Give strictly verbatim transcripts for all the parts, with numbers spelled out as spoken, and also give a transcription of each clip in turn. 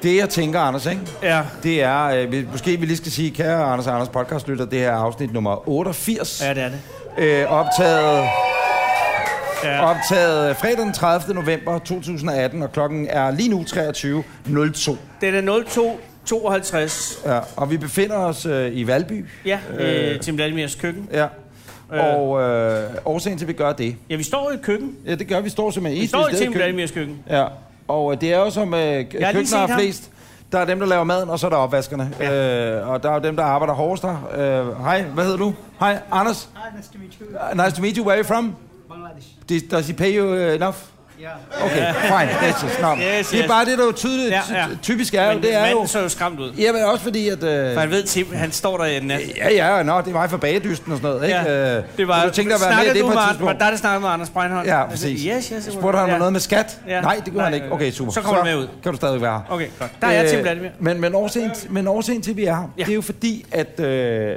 Det, jeg tænker, Anders, ikke? Ja. Det er, øh, måske vi lige skal sige, kære Anders og Anders podcastlytter, det her er afsnit nummer otteogfirs. Ja, det er det. Øh, optaget, ja. optaget fredag den tredivte november to tusind og atten, og klokken er lige nu treogtyve nul to. Det er nul to tooghalvtreds. Ja, og vi befinder os øh, i Valby. Ja, øh, Tim Vladimirs køkken. Ja. Og øh, årsagen til, at vi gør det. Ja, vi står i et køkken. Ja, det gør vi. står simpelthen i Vi står i Tim Vladimirs køkken. Ja, og øh, det er jo som øh, køkkener er flest. Der er dem, der laver maden, og så er der opvaskerne. Ja. Øh, og der er jo dem, der arbejder hårdest der. Øh, hej, hvad hedder du? Hej, Anders. Hi, nice to meet you. Uh, nice to meet you. Where are you from? Bangladesh. Does, does he pay you uh, enough? Yeah. Okay, fine. Yes, yes, no. Yes, Det er yes. bare det, der er jo tydeligt, Ja, ja. typisk er jo. Men Det er manden jo. så jo skræmt ud. Ja, men også fordi, at... Øh, For han ved, Tim, han står der i nat. ja, ja, nå, det er mig for bagedysten og sådan noget, ikke? Ja. Øh, Det var, du tænkte at være med i det på et med, tidspunkt. der er det snakket med Anders Breinholt. Ja, præcis. Yes, yes. Spurgte han ja. noget med skat? Ja. Nej, det gjorde han ikke. Okay, super. Så kommer du med ud. Kan du stadig være her. Okay, godt. Der er Tim Vladimir. Men, men, årsagen, men årsagen til, at vi er her, Ja. det er jo fordi, at øh,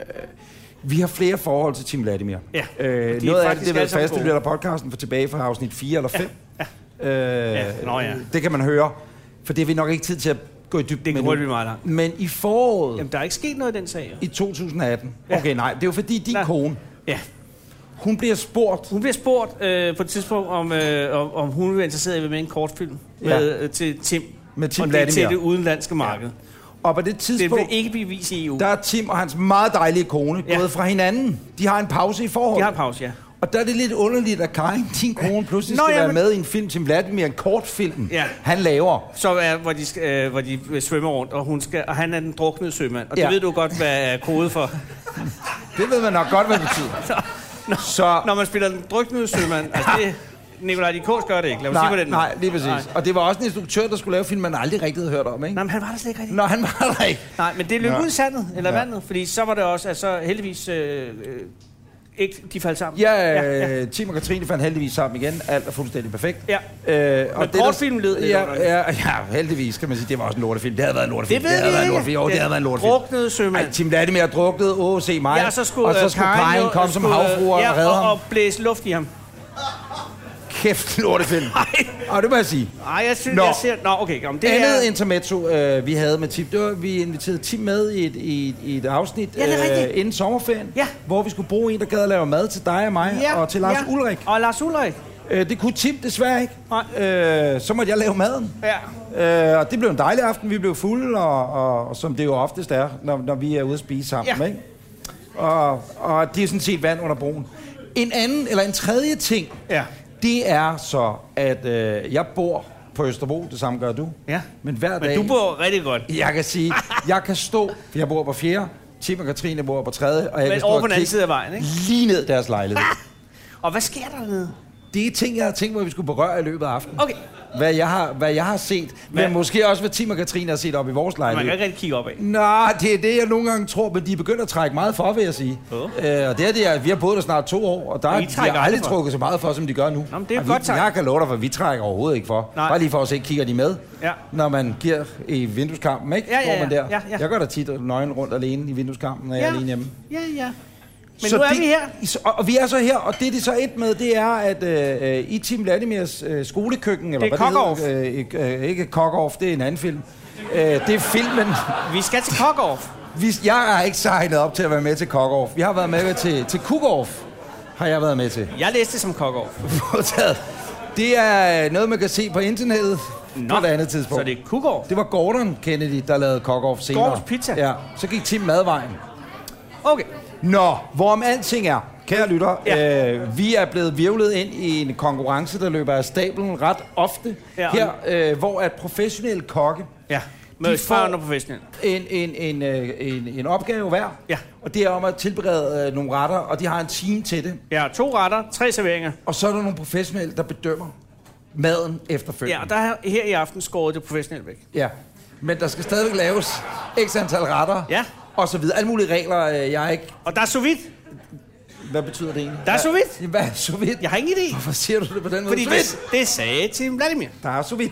vi har flere forhold til Tim Vladimir. Ja. Øh, De noget af det, faktisk det er alle sammen fast, det gode. bliver der podcasten for tilbage fra afsnit fire eller fem. Ja. Øh, Ja. Nå, ja. Det kan man høre, for det er vi nok ikke tid til at gå i dybden Det med kan nu. vi meget langt. Men i foråret Jamen, der er ikke sket noget i den sag. i to tusind og atten, Ja. okay, nej, det er jo fordi din Nej. kone, Ja. hun bliver spurgt. Hun bliver spurgt øh, på et tidspunkt, om, øh, om, om hun vil være interesseret i at være med i en kortfilm med, Ja. øh, til Tim. Med Tim og det er til Vladimir. det udenlandske marked. Og på det Det tidspunkt, vil ikke blive vist i E U. der er Tim og hans meget dejlige kone Ja. gået fra hinanden. De har en pause i forholdet. De har en pause, ja. Og der er det lidt underligt, at Karin, din kone, pludselig Nå, skal ja, være men- med i en film til Vladimir, en kortfilm, Ja. han laver. Så er, hvor, de, skal, øh, hvor de svømmer rundt, og, hun skal, og han er den druknede sømand. Og Ja. det ved du godt, hvad er kode for. Det ved man nok godt, hvad det betyder. Når, Så- når man spiller den druknede sømand, altså det... Nikolaj Dikås gør det ikke. Lad mig sige på Nej, den. nej, lige præcis. Nej. Og det var også en instruktør, der skulle lave film, man aldrig rigtig havde hørt om, ikke? Nej, men han var der slet ikke rigtig. Nå, han var der ikke. Nej, men det løb Nå. ud i sandet, eller Ja. vandet, fordi så var det også, altså heldigvis øh, øh, ikke, de faldt sammen. Ja, ja, ja. Tim og Katrine fandt heldigvis sammen igen. Alt er fuldstændig perfekt. ja. Øh, Men kortfilmen led lidt ja, under det. ja, ja, heldigvis kan man sige, det var også en lortefilm. Det havde været en lortefilm. Det ved havde vi været en ikke. lortefilm. Jo, det, Det havde været en lortefilm. druknede sømand. Ej, Tim Vladimir druknede, åh, se mig. Ja, og så skulle, og så øh, skulle Karin Karin jo- komme som skulle, øh, havfruer ja, og redde og, ham. og blæse luft i ham. Kæft, lortefilm. Og det må jeg sige. Nej, jeg synes, Nå. jeg ser... Nå, okay, jamen, det Andet er... intermezzo, øh, vi havde med Tim, det var, vi inviterede Tim med i et, i, i et afsnit Ja, det er rigtigt. inden sommerferien, Ja. hvor vi skulle bruge en, der gad at lave mad til dig og mig, Ja, og til Lars ja. Ulrik. Og Lars Ulrik. Øh, det kunne Tim desværre ikke. Nej. Øh, så måtte jeg lave maden. Ja. Øh, og det blev en dejlig aften. Vi blev fulde, og, og, og som det jo oftest er, når, når vi er ude at spise sammen. Ja. Ikke? Og, og det er sådan set vand under broen. En anden, eller en tredje ting, Ja. det er så, at øh, jeg bor på Østerbro. Det samme gør du. Ja. Men hver dag... Men du bor rigtig godt. Jeg kan sige, jeg kan stå, for jeg bor på fjerde, Tim og Katrine bor på tredje, og jeg Men kan stå over og på den anden kigge side af vejen, ikke? lige ned deres lejlighed. Og hvad sker der dernede? Det er ting, jeg har tænkt mig, at vi skulle berøre i løbet af aftenen. Okay. Hvad jeg har, hvad jeg har set, Hvad? men måske også, hvad Tim og Katrine har set op i vores Man kan lejlighed. ikke rigtig kigge opad. Nå, det er det, jeg nogle gange tror, men de er begyndt at trække meget for, vil jeg sige. Oh. Øh, og det er det, at vi har boet der snart to år, og der Og I er, de trækker har aldrig aldrig for. trukket så meget for, som de gør nu. Nå, men det er og et godt vi, tegn. Jeg kan love dig, for vi trækker overhovedet ikke for. Nej. Bare lige for at se, kigger de med, Ja. når man giver i vindueskampen, ikke? Ja, ja, Går man ja. der. Ja, ja. Jeg går da tit nøgen rundt alene i vindueskampen, når jeg er alene hjemme. Ja, ja. Men Så nu er det, vi her. I- Og, og vi er så her, og det, de så et med, det er, at øh, i Tim Vladimirs øh, skolekøkken, eller Det er hvad Cock-Off. det hedder, øh, øh, ikke Cock-Off, det er en anden film. Øh, det er filmen. Vi skal til Cock-Off. Vi, jeg har ikke signet op til at være med til Cock-Off. Vi har været med til, til Cook-Off, har jeg været med til. Jeg læste det som Cock-Off. Det er noget, man kan se på internettet Nå, på et andet tidspunkt. Så det er Cook-Off. Det var Gordon Kennedy, der lavede Cock-Off senere. Gordons Pizza? Ja, så gik Tim madvejen. Okay. Nå, hvorom alting er, kære lytter, Ja. øh, vi er blevet virvlet ind i en konkurrence, der løber af stablen ret ofte. Ja, her, øh, hvor at professionelle kokke Ja. Med De får- under professionel. en, en, en, øh, en, en opgave hver, Ja. og det er om at tilberede øh, nogle retter, og de har en time til det. Ja, to retter, tre serveringer. Og så er der nogle professionelle, der bedømmer maden Ja, efterfølgende. og der er her i aften skåret det professionelt væk. Ja. Men der skal stadigvæk laves x antal retter, Ja. og så videre. Alle mulige regler, øh, jeg ikke... Og der er sous vide. Hvad betyder det egentlig? Der er sous vide. Hvad er sous vide? Jeg har ingen idé. Hvorfor siger du det på den måde? Fordi Sous vide? det, det sagde Tim Vladimir. Der er sous vide.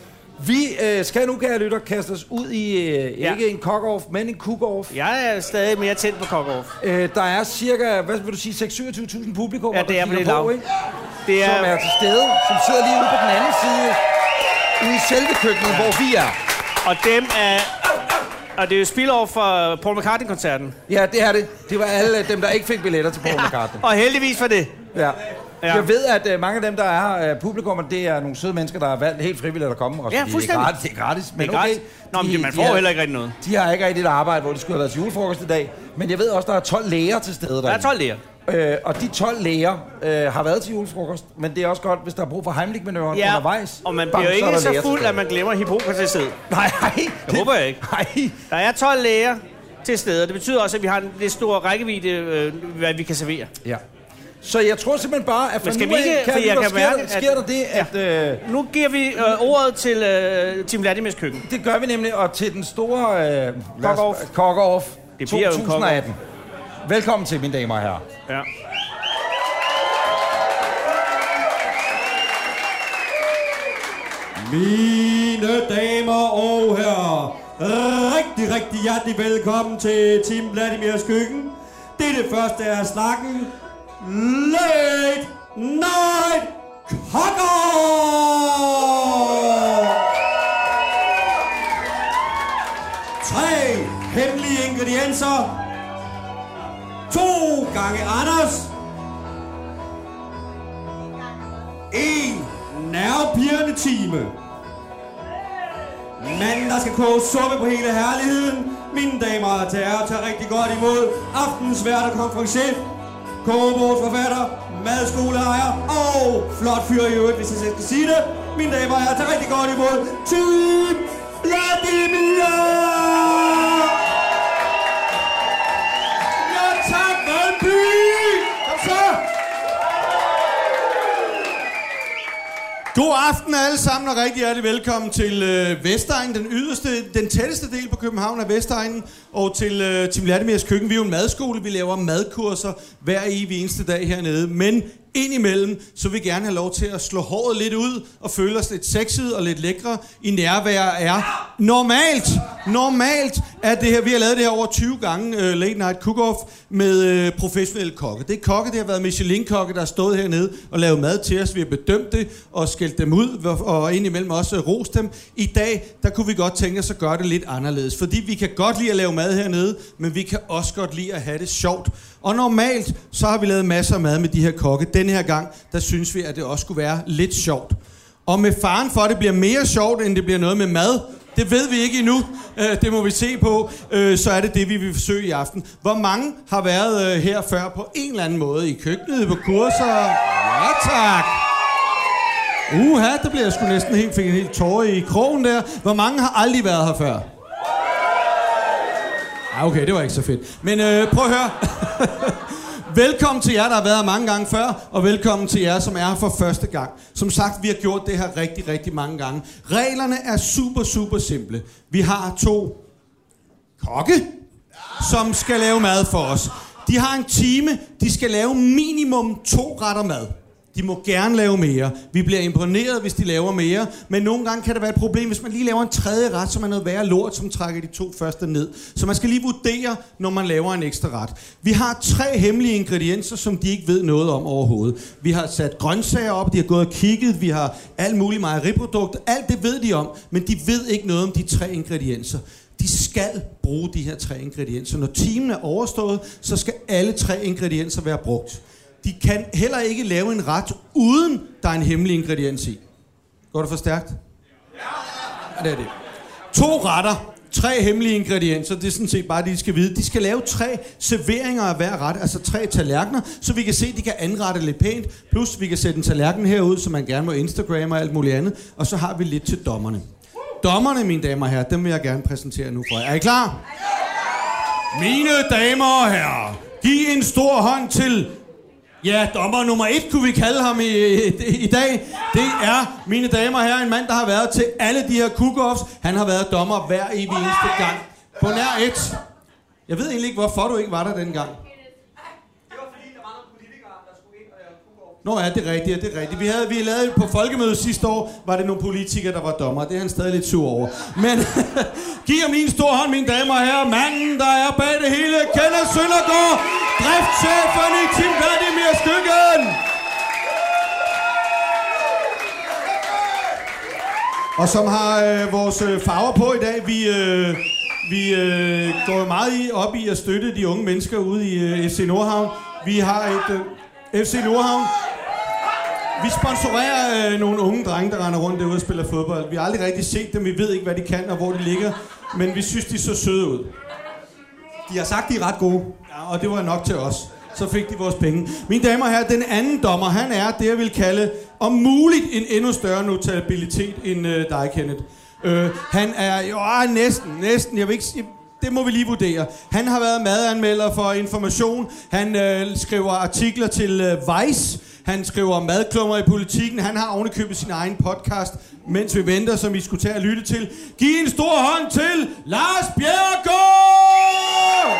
Vi øh, skal nu, kære lytter, kaste os ud i øh, Ja. ikke en cook-off, men en cook-off. Jeg er stadig mere tændt på Cock-Off. Øh, der er cirka, hvad vil du sige, seks hundrede syvogtyve tusind publikum, Ja, det er der på kigger det lav. ikke? Det Som er er... til stede, som sidder lige ude på den anden side, ude i selve køkkenet, hvor vi er. Og dem er... Og det er jo spil-off for Paul McCartney-koncerten. Ja, det er det. Det var alle dem, der ikke fik billetter til Paul ja, McCartney. Og heldigvis for det. Ja. Ja. Jeg ved, at uh, mange af dem, der er uh, publikum, det er nogle søde mennesker, der har valgt helt frivilligt at komme. Ja, fuldstændig. Det er gratis, det er gratis. Men det er gratis. Okay, Nå, men de, man får de har, heller ikke rigtig noget. De har ikke rigtig et arbejde, hvor de skulle have været til julefrokost i dag. Men jeg ved også, der er tolv læger til stede derinde. Der er tolv læger. Øh, og de tolv læger øh, har været til julefrokost. Men det er også godt, hvis der er brug for Heimlich-manøvren ja, undervejs. Og man bliver jo ikke så, så fuld, at man glemmer Hippokrates. Nej, nej. Det håber jeg ikke. Nej. Der er tolv læger til stede, og det betyder også, at vi har en lidt stor rækkevidde, øh, hvad vi kan servere. Ja. Så jeg tror simpelthen bare, at for nu ikke, kan, for jeg kan sker, mærke, der, sker der det, at... Ja. Øh, nu giver vi øh, ordet til øh, Tim Vladimirs køkken. Det gør vi nemlig, og til den store... Øh, Cock-off. Cock-off det bliver to tusind atten. Velkommen til, mine damer og herrer. Ja. Mine damer og herrer, rigtig, rigtig hjertelig velkommen til Tim Vladimirs køkken. Det er det første af slakken. Late Night Cock-off! Tre hemmelige ingredienser. To gange Anders. En nervepirrende time. Manden, der skal koge suppe på hele herligheden. Mine damer og herrer, tager rigtig godt imod aftens vært og konferencier, kogebogsforfatter, madskoleejer og flot fyr i øvrigt, hvis jeg skal sige det. Mine damer og herrer, tager rigtig godt imod Tim Vladimir! Ja, tak, Valby! Kom så! God aften alle sammen, og rigtig hjertelig velkommen til øh, Vestegnen, den yderste, den tætteste del på København af Vestegnen, og til øh, Tim Vladimirs køkken. Vi er jo en madskole, vi laver madkurser hver evig eneste dag hernede, men indimellem, så vil vi gerne have lov til at slå håret lidt ud, og føle os lidt sexede og lidt lækre i nærvær er normalt. Normalt er det her, vi har lavet det her over tyve gange, uh, Late Night Cook-Off, med uh, professionelle kokke. Det er kokke, det har været Michelin-kokke, der har stået hernede og lavet mad til os. Vi har bedømt det og skældt dem ud, og indimellem også rost dem. I dag, der kunne vi godt tænke os at gøre det lidt anderledes, fordi vi kan godt lide at lave mad hernede, men vi kan også godt lide at have det sjovt. Og normalt, så har vi lavet masser af mad med de her kokke. Den her gang, der synes vi, at det også skulle være lidt sjovt. Og med faren for, at det bliver mere sjovt, end det bliver noget med mad, det ved vi ikke endnu. Det må vi se på. Så er det det, vi vil forsøge i aften. Hvor mange har været her før på en eller anden måde? I køkkenet, på kurser? Ja, tak. Uha, der bliver jeg sgu næsten helt, fik en helt tårer i krogen der. Hvor mange har aldrig været her før? Ah, okay, det var ikke så fedt. Men øh, prøv at høre. Velkommen til jer, der har været her mange gange før, og velkommen til jer, som er her for første gang. Som sagt, vi har gjort det her rigtig, rigtig mange gange. Reglerne er super, super simple. Vi har to kokke, som skal lave mad for os. De har en time, de skal lave minimum to retter mad. De må gerne lave mere. Vi bliver imponeret, hvis de laver mere. Men nogle gange kan det være et problem, hvis man lige laver en tredje ret, som er noget værre lort, som trækker de to første ned. Så man skal lige vurdere, når man laver en ekstra ret. Vi har tre hemmelige ingredienser, som de ikke ved noget om overhovedet. Vi har sat grøntsager op, de har gået og kigget, vi har alt muligt mejeriprodukter. Alt det ved de om, men de ved ikke noget om de tre ingredienser. De skal bruge de her tre ingredienser. Når timen er overstået, så skal alle tre ingredienser være brugt. De kan heller ikke lave en ret, uden der er en hemmelig ingrediens i. Går det for stærkt? Ja, det er det. To retter, tre hemmelige ingredienser, det er sådan set bare det, de skal vide. De skal lave tre serveringer af hver ret, altså tre tallerkener, så vi kan se, at de kan anrette lidt pænt. Plus, vi kan sætte en tallerken herud, så man gerne må Instagram og alt muligt andet. Og så har vi lidt til dommerne. Dommerne, mine damer og herrer, dem vil jeg gerne præsentere nu for jer. Er I klar? Mine damer og herrer, giv en stor hånd til... Ja, dommer nummer et kunne vi kalde ham i, i, i dag. Det er, mine damer og herrer, en mand, der har været til alle de her cook-offs. Han har været dommer hver evig eneste gang. På nær et. Jeg ved egentlig ikke, hvorfor du ikke var der dengang. Det var fordi, der var nogle politikere, der skulle ind og lave cook-off. Nå ja, det er rigtigt, det er rigtigt. Vi havde, vi lavede på folkemødet sidste år, var det nogle politikere, der var dommer. Det er han stadig lidt sur over. Men giv ham en stor hånd, mine damer og herrer. Manden, der er bag det hele, Kenneth Søndergaard. Driftschefen i Tim Vladimirs køkken. og som har øh, vores øh, farver på i dag. Vi, øh, vi øh, går meget i, op i at støtte de unge mennesker ude i øh, F C Nordhavn. Vi har et øh, F C Nordhavn. Vi sponsorerer øh, nogle unge drenge, der render rundt derude og spiller fodbold. Vi har aldrig rigtig set dem, vi ved ikke, hvad de kan og hvor de ligger. Men vi synes, de så søde ud. De har sagt, de er ret gode, ja, og det var nok til os. Så fik de vores penge. Mine damer og herrer, den anden dommer, han er det, jeg vil kalde, om muligt, en endnu større notabilitet end øh, dig, Kenneth. Øh, han er jo øh, næsten, næsten, jeg vil ikke sige, det må vi lige vurdere. Han har været madanmelder for Information. Han øh, skriver artikler til øh, Vice. Han skriver madklummer i Politikken. Han har ovenikøbet sin egen podcast, mens vi venter, som vi skulle tage at lytte til. Giv en stor hånd til Lars Bjerregaard!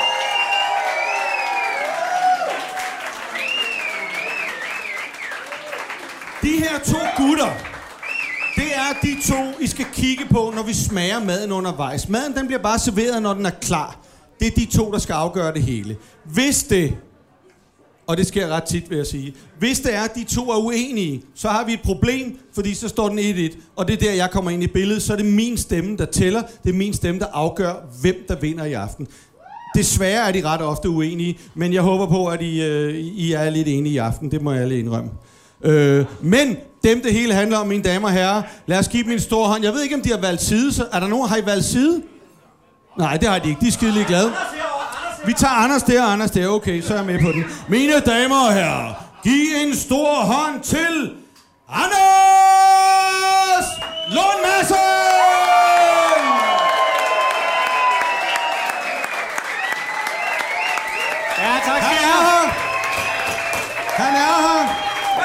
De her to gutter, det er de to, I skal kigge på, når vi smager maden undervejs. Maden, den bliver bare serveret, når den er klar. Det er de to, der skal afgøre det hele. Hvis det, og det sker ret tit, vil jeg sige, hvis det er, at de to er uenige, så har vi et problem, fordi så står den et et, og det er der, jeg kommer ind i billedet. Så er det min stemme, der tæller. Det er min stemme, der afgør, hvem der vinder i aften. Desværre er de ret ofte uenige, men jeg håber på, at I, øh, I er lidt enige i aften. Det må jeg lige indrømme. Øh, men dem det hele handler om, mine damer og herrer. Lad os give dem en stor hånd. Jeg ved ikke, om de har valgt side. Så er der nogen, har I valgt side? Nej, det har de ikke. De er skide glade. Vi tager Anders der og Anders der. Okay, så er jeg med på den. Mine damer og herrer, giv en stor hånd til Anders Lund Madsen! Ja, tak skal Han er her! Han er her!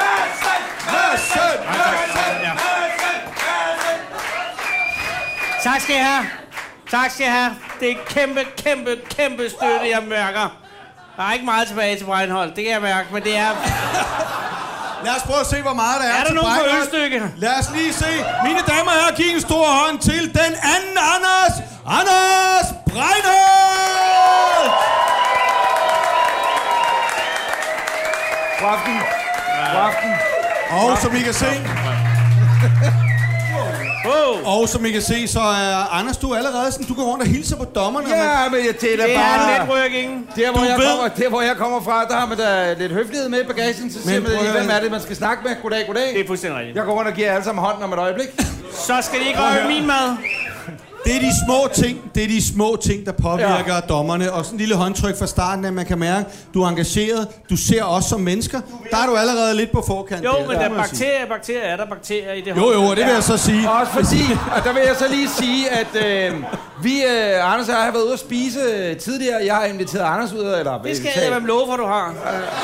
Tak skal I have. Tak skal I have. Det er kæmpe, kæmpe, kæmpe støtte, jeg mærker. Der er ikke meget tilbage til Breinholt, det kan jeg mærke, men det er... Lad os prøve at se, hvor meget der er, er der til nogen på Breinholt. ølstykke? Lad os lige se. Mine damer og herrer, giv en stor hånd til den anden Anders. Anders Breinholt! God aften. God aften. Og som I kan se... Oh. Og som I kan se, så er Anders, du er allerede sådan, du går rundt og hilser på dommerne. Ja, men jeg tæller Det bare... er netrykking. Der hvor, Du jeg ved- kommer, der, hvor jeg kommer fra, der har man da lidt høflighed med i bagagen, så siger man prøv at lige, hvem høre. er det, man skal snakke med. Goddag, goddag. Det er fuldstændig rigtigt. Jeg går rundt og giver alle sammen hånden om et øjeblik. Så skal de ikke røre min mad. Det er de små ting, det er de små ting, der påvirker ja. dommerne. Og sådan en lille håndtryk fra starten, at man kan mærke, du er engageret, du ser os som mennesker. Der er du allerede lidt på forkant. Jo, der, men der der er må jeg sige. bakterier, bakterier. Er der bakterier i det Jo, jo, det vil jeg så sige. Også fordi, og der vil jeg så lige sige, at øh, vi, øh, Anders og jeg har været ude at spise øh, tidligere. Jeg har inviteret Anders ud, eller... Det skal jeg være love for, du har.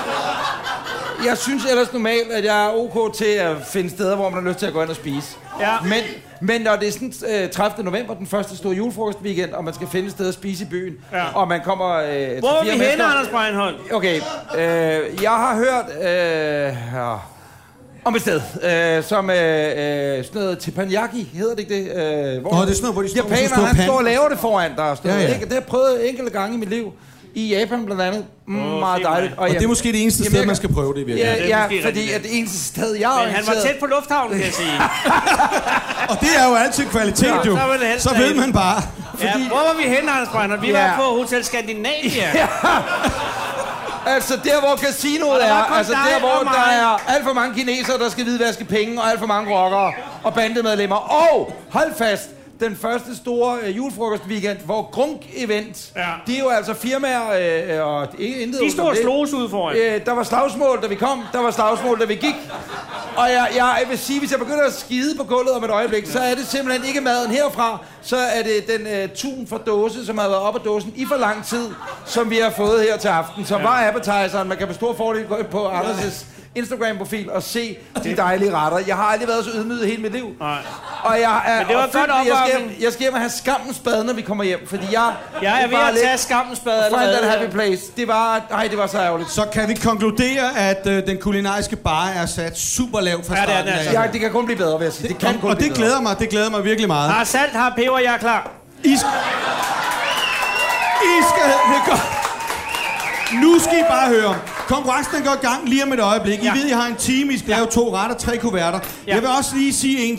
Jeg synes ellers normalt, at jeg er ok til at finde steder, hvor man har lyst til at gå ind og spise. Ja. Men, men når det er sådan øh, tredivte november, den første store julefrokostweekend, og man skal finde et sted at spise i byen, Ja. og man kommer... Øh, Hvor er vi henne, Anders Breinholt? Okay, øh, jeg har hørt øh, ja, om et sted, øh, som øh, øh, sådan noget teppanyaki, hedder det ikke det? Øh, hvor Nå, det er sådan noget, hvor de står med sådan japaner, store han pande. står og laver det foran dig. Og sådan Ja, noget, ja. ikke? Det har jeg prøvet enkelte gange i mit liv. I Japan blandt andet. Mm, Åh, meget fint, dejligt. mand. Og det er måske det eneste Jamen, sted, jeg man kan- skal prøve det i virkeligheden. Ja, det er ja, måske fordi rigtigt. at det eneste sted, jeg er Men han var orienteret- tæt på lufthavnen, kan jeg sige. Og det er jo altid kvalitet, Ja, jo. så vil det helst Så være ved en- man bare. Ja, hvor var vi henne, Anders Breinholt? Vi Ja. var på Hotel Scandinavia. Altså der, hvor casinoet Og der var er, kun altså dig der, hvor og mig. der er alt for mange kinesere, der skal hvidvaske penge, og alt for mange rockere og bandemedlemmer. Og hold fast, den første store øh, julefrokost-weekend, hvor Grunk Event, Ja. det er jo altså firmaer, øh, og intet... De stod og slås ud foran. Øh, der var slagsmål, da vi kom. Der var slagsmål, da vi gik. Og jeg, jeg vil sige, hvis jeg begynder at skide på gulvet om et øjeblik, så er det simpelthen ikke maden herfra. Så er det den øh, tun fra dåse, som har været op af dåsen i for lang tid, som vi har fået her til aften. Så var appetizeren. Man kan med stor fordel gå ind på Anders' Instagram-profil og se de dejlige retter. Jeg har aldrig været så ydmyget hele mit liv. Nej. Og jeg er Men det var opfyldt godt med- jeg skal, opvarmning. jeg skal hjem og have skammens bad, når vi kommer hjem. Fordi jeg... Jeg er ved bare at lidt- tage skammens bad Find allerede. that happy place. Det var... Nej, det var så ærgerligt. Så kan vi konkludere, at øh, den kulinariske bar er sat super lavt fra Ja, det er starten den af. altså. Ja, det kan kun blive bedre, vil jeg sige. Det kan kun Og blive det glæder mig, det glæder mig virkelig meget. Har salt, har peber, jeg er klar. I, sk- I skal... Det er godt. Nu skal I bare høre. Konkurrencen den går i gang lige om et øjeblik. I Ja. ved, I har en time, I skal lave to retter, tre kuverter. Ja. Jeg vil også lige sige en ting.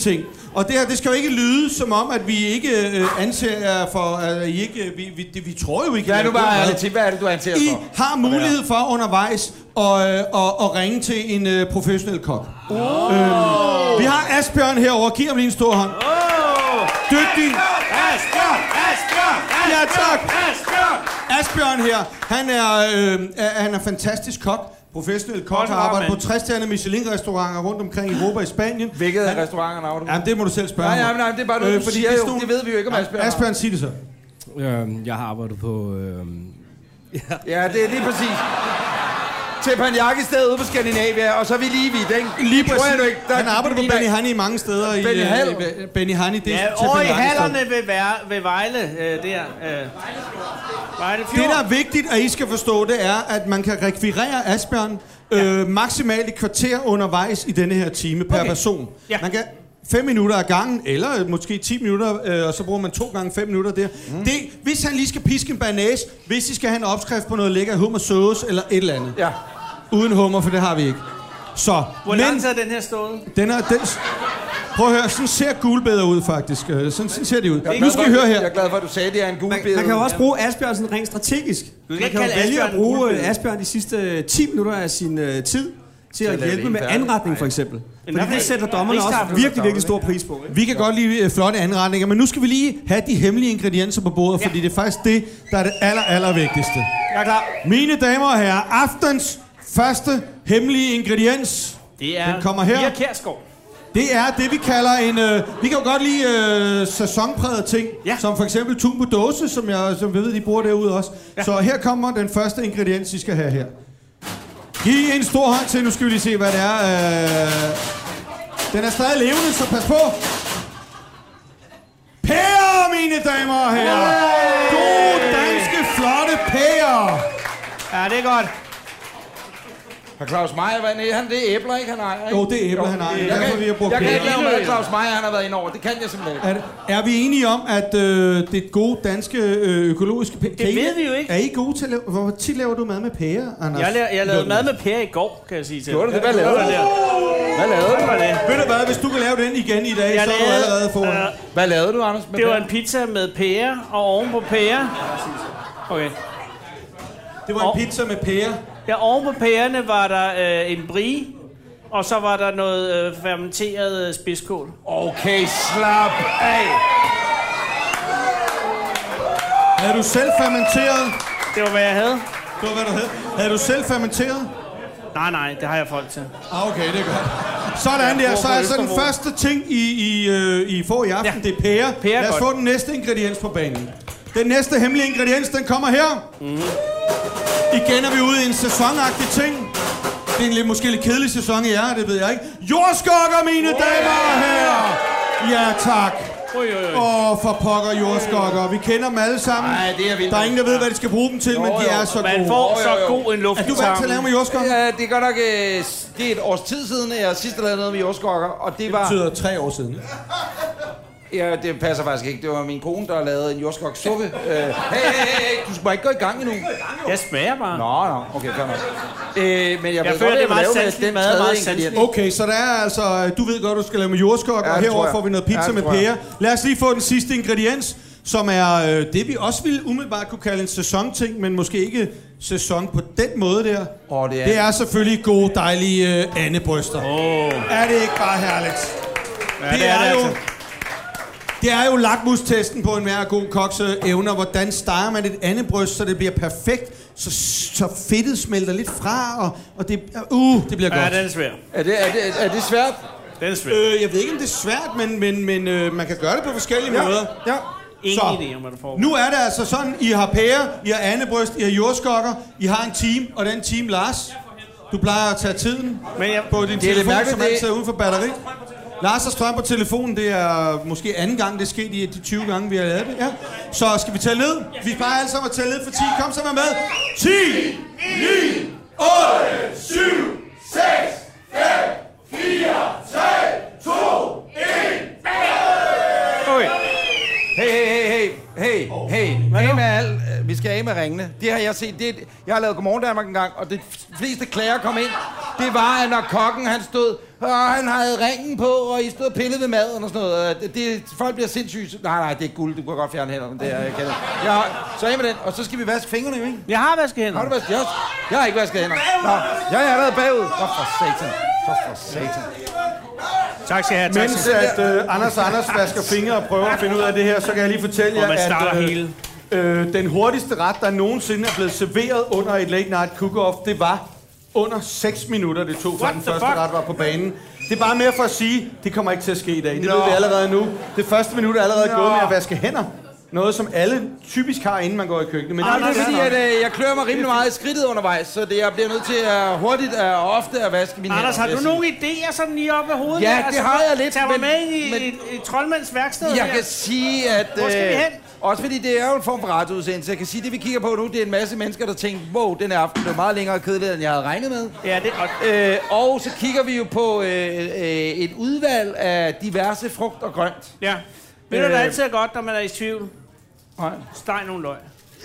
Og det her, det skal jo ikke lyde som om, at vi ikke øh, anser jer for, at I ikke, vi, vi, det, vi tror jo ikke... Hvad er du bare ærlig til? Hvad er det, du anser I for? har mulighed for undervejs at, øh, at, at ringe til en øh, professionel kok. Oh. Øhm, vi har Asbjørn herovre. Giv ham lige en stor hånd. Oh. Dygtig. Asbjørn! Asbjørn! Ja, tak. Asbjørn! Asbjørn her, han er, øh, er, han er fantastisk kok. Professionel kok, har arbejdet på tres-stjerne Michelin-restauranter rundt omkring i Europa og Spanien. Hvilket af restauranterne har du? Jamen, det må du selv spørge Nej, ham. nej, nej, det er bare noget, øh, du siger jo. Nogle... Det ved vi jo ikke om Asbjørn. Asbjørn, sig det så. Øh, jeg har arbejdet på... Øh... Ja. ja, det er lige præcis. Teppanyaki-sted ude på Skandinavia, og så er vi lige vidt, ikke? Lige præcis. Jeg nu ikke. Der, han arbejder på Benihani mange steder. Benny i Hall. uh, Benihani, det er ja, over i hallerne ved, Vær, ved Vejle, øh, der. Øh. Vejle Fjord. Det, der er vigtigt, at I skal forstå, det er, at man kan rekvirere Asbjørn øh, maksimalt et kvarter undervejs i denne her time per okay. person. Ja. Man kan fem minutter ad gangen, eller måske ti minutter, øh, og så bruger man to gange fem minutter der. Mm. Det, hvis han lige skal piske en banase, hvis I skal have en opskrift på noget lækker hummer sauce eller et eller andet. Ja. Uden hummer, for det har vi ikke. Så, hvor men, lang tid er den her stået? Den er, den, prøv at høre, sådan ser gulbeder ud faktisk. Sådan, sådan ser de ud. Nu skal vi høre her. Jeg er glad for, at du sagde, at det er en gulbeder. Man, man kan jo også bruge Asbjørn sådan rent strategisk. Du Man kan jo vælge at bruge Asbjørn de sidste ti minutter af sin uh, tid til at hjælpe med anretning, for eksempel. Fordi det sætter dommerne også virkelig, virkelig stor pris på. Ikke? Vi kan godt lide uh, flotte anretninger, men nu skal vi lige have de hemmelige ingredienser på bordet, ja. Fordi det er faktisk det, der er det aller, aller vigtigste. Jeg er klar. Mine damer og herrer, aftens første hemmelige ingrediens. Det er den kommer her. Pia Kjærsgaard. Det er det, vi kalder en... Øh, vi kan jo godt lide øh, sæsonprægede ting, ja. Som for eksempel tun på dåse, som jeg som ved, de bruger derude også. Ja. Så her kommer den første ingrediens, I skal have her. Giv en stor hånd til, nu skal vi lige se, hvad det er. Øh, den er stadig levende, så pas på. Pærer, mine damer og herrer. Hey! God danske, flotte pærer. Ja, det er godt. Har Claus Meyer været nede? Han det er æbler, ikke? Han ejer, ikke? Jo, det er æbler, han ejer. Jeg, Derfor, vi har brugt jeg kan pærer. ikke lave med, at Claus Meyer han har været inde over. Det kan jeg simpelthen ikke. Er, er vi enige om, at øh, det er gode danske øh, økologiske pærer? Det ved vi jo ikke. Er I gode til at lave... Hvor tit laver du mad med pærer, Anders? Jeg, la- jeg lavede mad med pære i går, kan jeg sige til. Gjorde du det? Hvad lavede du? Hvad lavede du? Ved du hvad, hvis du kan lave den igen i dag, jeg så er du allerede foran. Uh, hvad lavede du, Anders? Med det var pære? en pizza med pære, og oven på pære. Okay. Det var en pizza med pære. Ja, oven på pærerne var der øh, en brie, og så var der noget øh, fermenteret øh, spidskål. Okay, slap af. Havde du selv fermenteret? Det var, hvad jeg havde. Det var, hvad du havde. Havde du selv fermenteret? Nej, nej, det har jeg folk til. Ah, okay, det er godt. Sådan der, så er altså den første ting, I, I, øh, I får i aften, ja. Det er pære. Pære. Lad os få den næste ingrediens på banen. Den næste hemmelige ingrediens, den kommer her. Mm-hmm. Igen er vi ude i en sæsonagtig ting. Det er en lidt, måske lidt kedelig sæson i jer, det ved jeg ikke. Jordskokker, mine oh, damer og herrer! Ja, tak. Åh, oh, for pokker jordskokker. Vi kender dem alle sammen. Ej, det er vildt. Der er ingen, der ved, hvad de skal bruge dem til, jo, men de er så gode. Man får så god en luft. Er du vant til at lave med jordskokker? Ja, det er godt nok øh, det er et års tid siden, at jeg sidst lavede noget med jordskokker. Og det, det var... betyder tre år siden. Ja, det passer faktisk ikke. Det var min kone, der lavede en jordskoksuppe. Uh, hey, hey, hey, du skal ikke gå i gang endnu. Jeg smager bare. Nå, nå, okay, fair nok. Uh, men jeg, jeg ved føler, godt, det er meget lave sandsligt mad, meget sandsligt. Okay, så der er altså, du ved godt, du skal lave med jordskokker, ja, og herover får vi noget pizza ja, med pære. Lad os lige få den sidste ingrediens, som er øh, det, vi også ville umiddelbart kunne kalde en sæsonting, men måske ikke sæson på den måde der. Oh, det, er... det er selvfølgelig gode, dejlige øh, andebryster. Oh. Er det ikke bare herligt? Ja, det, det er, er det jo... altså. Det er jo lakmustesten på en hver god koks evner. Hvordan steger man et andebryst, så det bliver perfekt, så, så fedtet smelter lidt fra, og, og det, uh, det bliver godt. Ja, den er svær. Er det, er det, er det svært? Den er svær. Øh, jeg ved ikke, om det er svært, men, men, men øh, man kan gøre det på forskellige ja. måder. Ja. Ingen så, idé om, hvad du får. Nu er det altså sådan, I har pære, I har andebryst, I har jordskokker, I har en team, og den team, Lars, du plejer at tage tiden men jeg, på din telefon, som altid er uden for batteri. Lars har strøm på telefonen, det er måske anden gang, det er sket i de tyve gange, vi har lavet det. Ja. Så skal vi tælle ned? Vi plejer alle sammen at tælle ned for ti. Kom så med. ti, ni, otte, syv, seks, fem, fire, tre, to, et. Okay. Hey, hey, hey, hey, hey, hey. Af med alt. Vi skal af med ringene. Det har jeg set. Det, jeg har lavet Godmorgen Danmark en gang, og det fleste klager kom ind. det var, at når kokken han stod, og han havde ringen på, og I stod og pillede ved maden og sådan noget. Det, det, folk bliver sindssyge. Nej, nej, det er guld. Du kan godt fjerne hænderne. Det er, jeg kan det. Jeg har, så af med den, og så skal vi vaske fingrene, jo, ikke? Jeg har vasket hænder. Har du vasket? Jeg, jeg har ikke vasket hænder. Nå, jeg er allerede bagud. Åh, for satan. Så for satan. Tak skal jeg have. Mens at uh, Anders Anders vasker fingre og prøver at finde ud af det her, så kan jeg lige fortælle jer, at uh, hele. Øh, den hurtigste ret, der nogensinde er blevet serveret under et late night cook-off, det var under seks minutter, det tog, før den første fuck? ret var på banen. Det er bare mere for at sige, det kommer ikke til at ske i dag. Det Nå. ved vi allerede nu. Det første minut er allerede Nå. gået med at vaske hænder. Noget, som alle typisk har, inden man går i køkkenet. Men Ej, det er fordi, at øh, jeg klør mig rimelig meget i skridtet undervejs, så det, jeg bliver nødt til at hurtigt og ofte at vaske mine Anders, hænder. har du nogle idéer sådan lige op ved hovedet? Ja, der? det altså, har jeg lidt. Tag mig men, med i, men, i, i troldmands værksted. Jeg her. kan sige, at... Hvor skal vi hen? Også fordi det er jo en form for radioudsendelse. Jeg kan sige, det vi kigger på nu, det er en masse mennesker, der tænker, wow, den her aften blev meget længere og kedeligere, end jeg havde regnet med. Ja, det er øh, Og så kigger vi jo på øh, øh, et udvalg af diverse frugt og grønt. Ja. Ved du, øh, der altid er godt, når man er i tvivl? Nej. Steg nogle løg.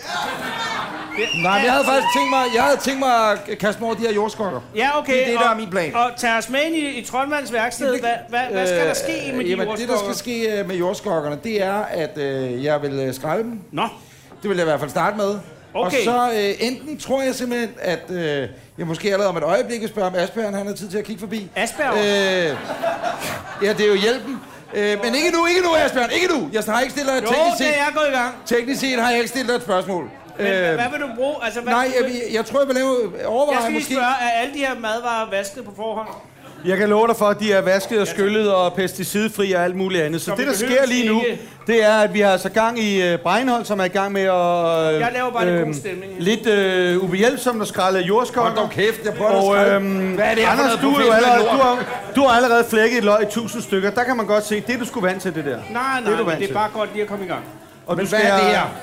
Nej, men jeg havde faktisk tænkt mig, jeg havde tænkt mig at kaste mig over de her jordskokker. Ja, okay. Det er det, der og, er min plan. Og tage os med ind i, i troldmands værksted. Hvad, hvad, hvad skal der ske med de jamen, jordskokker? Det, der skal ske med jordskokkerne, det er, at øh, jeg vil øh, skrælle dem. Nå. Det vil jeg i hvert fald starte med. Okay. Og så øh, enten tror jeg simpelthen, at øh, jeg måske allerede om et øjeblik vil spørge, om Asbjørn han har tid til at kigge forbi. Asbjørn? Øh, ja, det er jo hjælpen. Øh, men ikke nu, ikke nu, Asbjørn, ikke nu. Jeg har ikke stillet dig teknisk set. Jo, det er jeg gået i gang. Teknisk set har jeg ikke stillet dig et spørgsmål. Men øh, hvad vil du bruge? Altså, hvad nej, jeg, jeg, jeg tror, jeg vil lave overveje Jeg skal lige måske. spørge, er alle de her madvarer vasket på forhånd? Jeg kan love dig for, at de er vasket og skyllet og pesticidfri og alt muligt andet. Så, så det, der sker lige nu, det er, at vi har altså gang i uh, Breinholt, som er i gang med at... Uh, jeg laver bare øh, god stemning. Lidt uh, ubehjælpsomt at skrælle jordskokker. Hold dog kæft, jeg prøver og, at skrælle. Hvad er det her Anders, du, er allerede, du, har, du har allerede flækket et løg i tusind stykker. Der kan man godt se, det er du skulle vant til, det der. Nej, nej, det er, det er bare godt lige at komme i gang. Og men du hvad skal, er det her?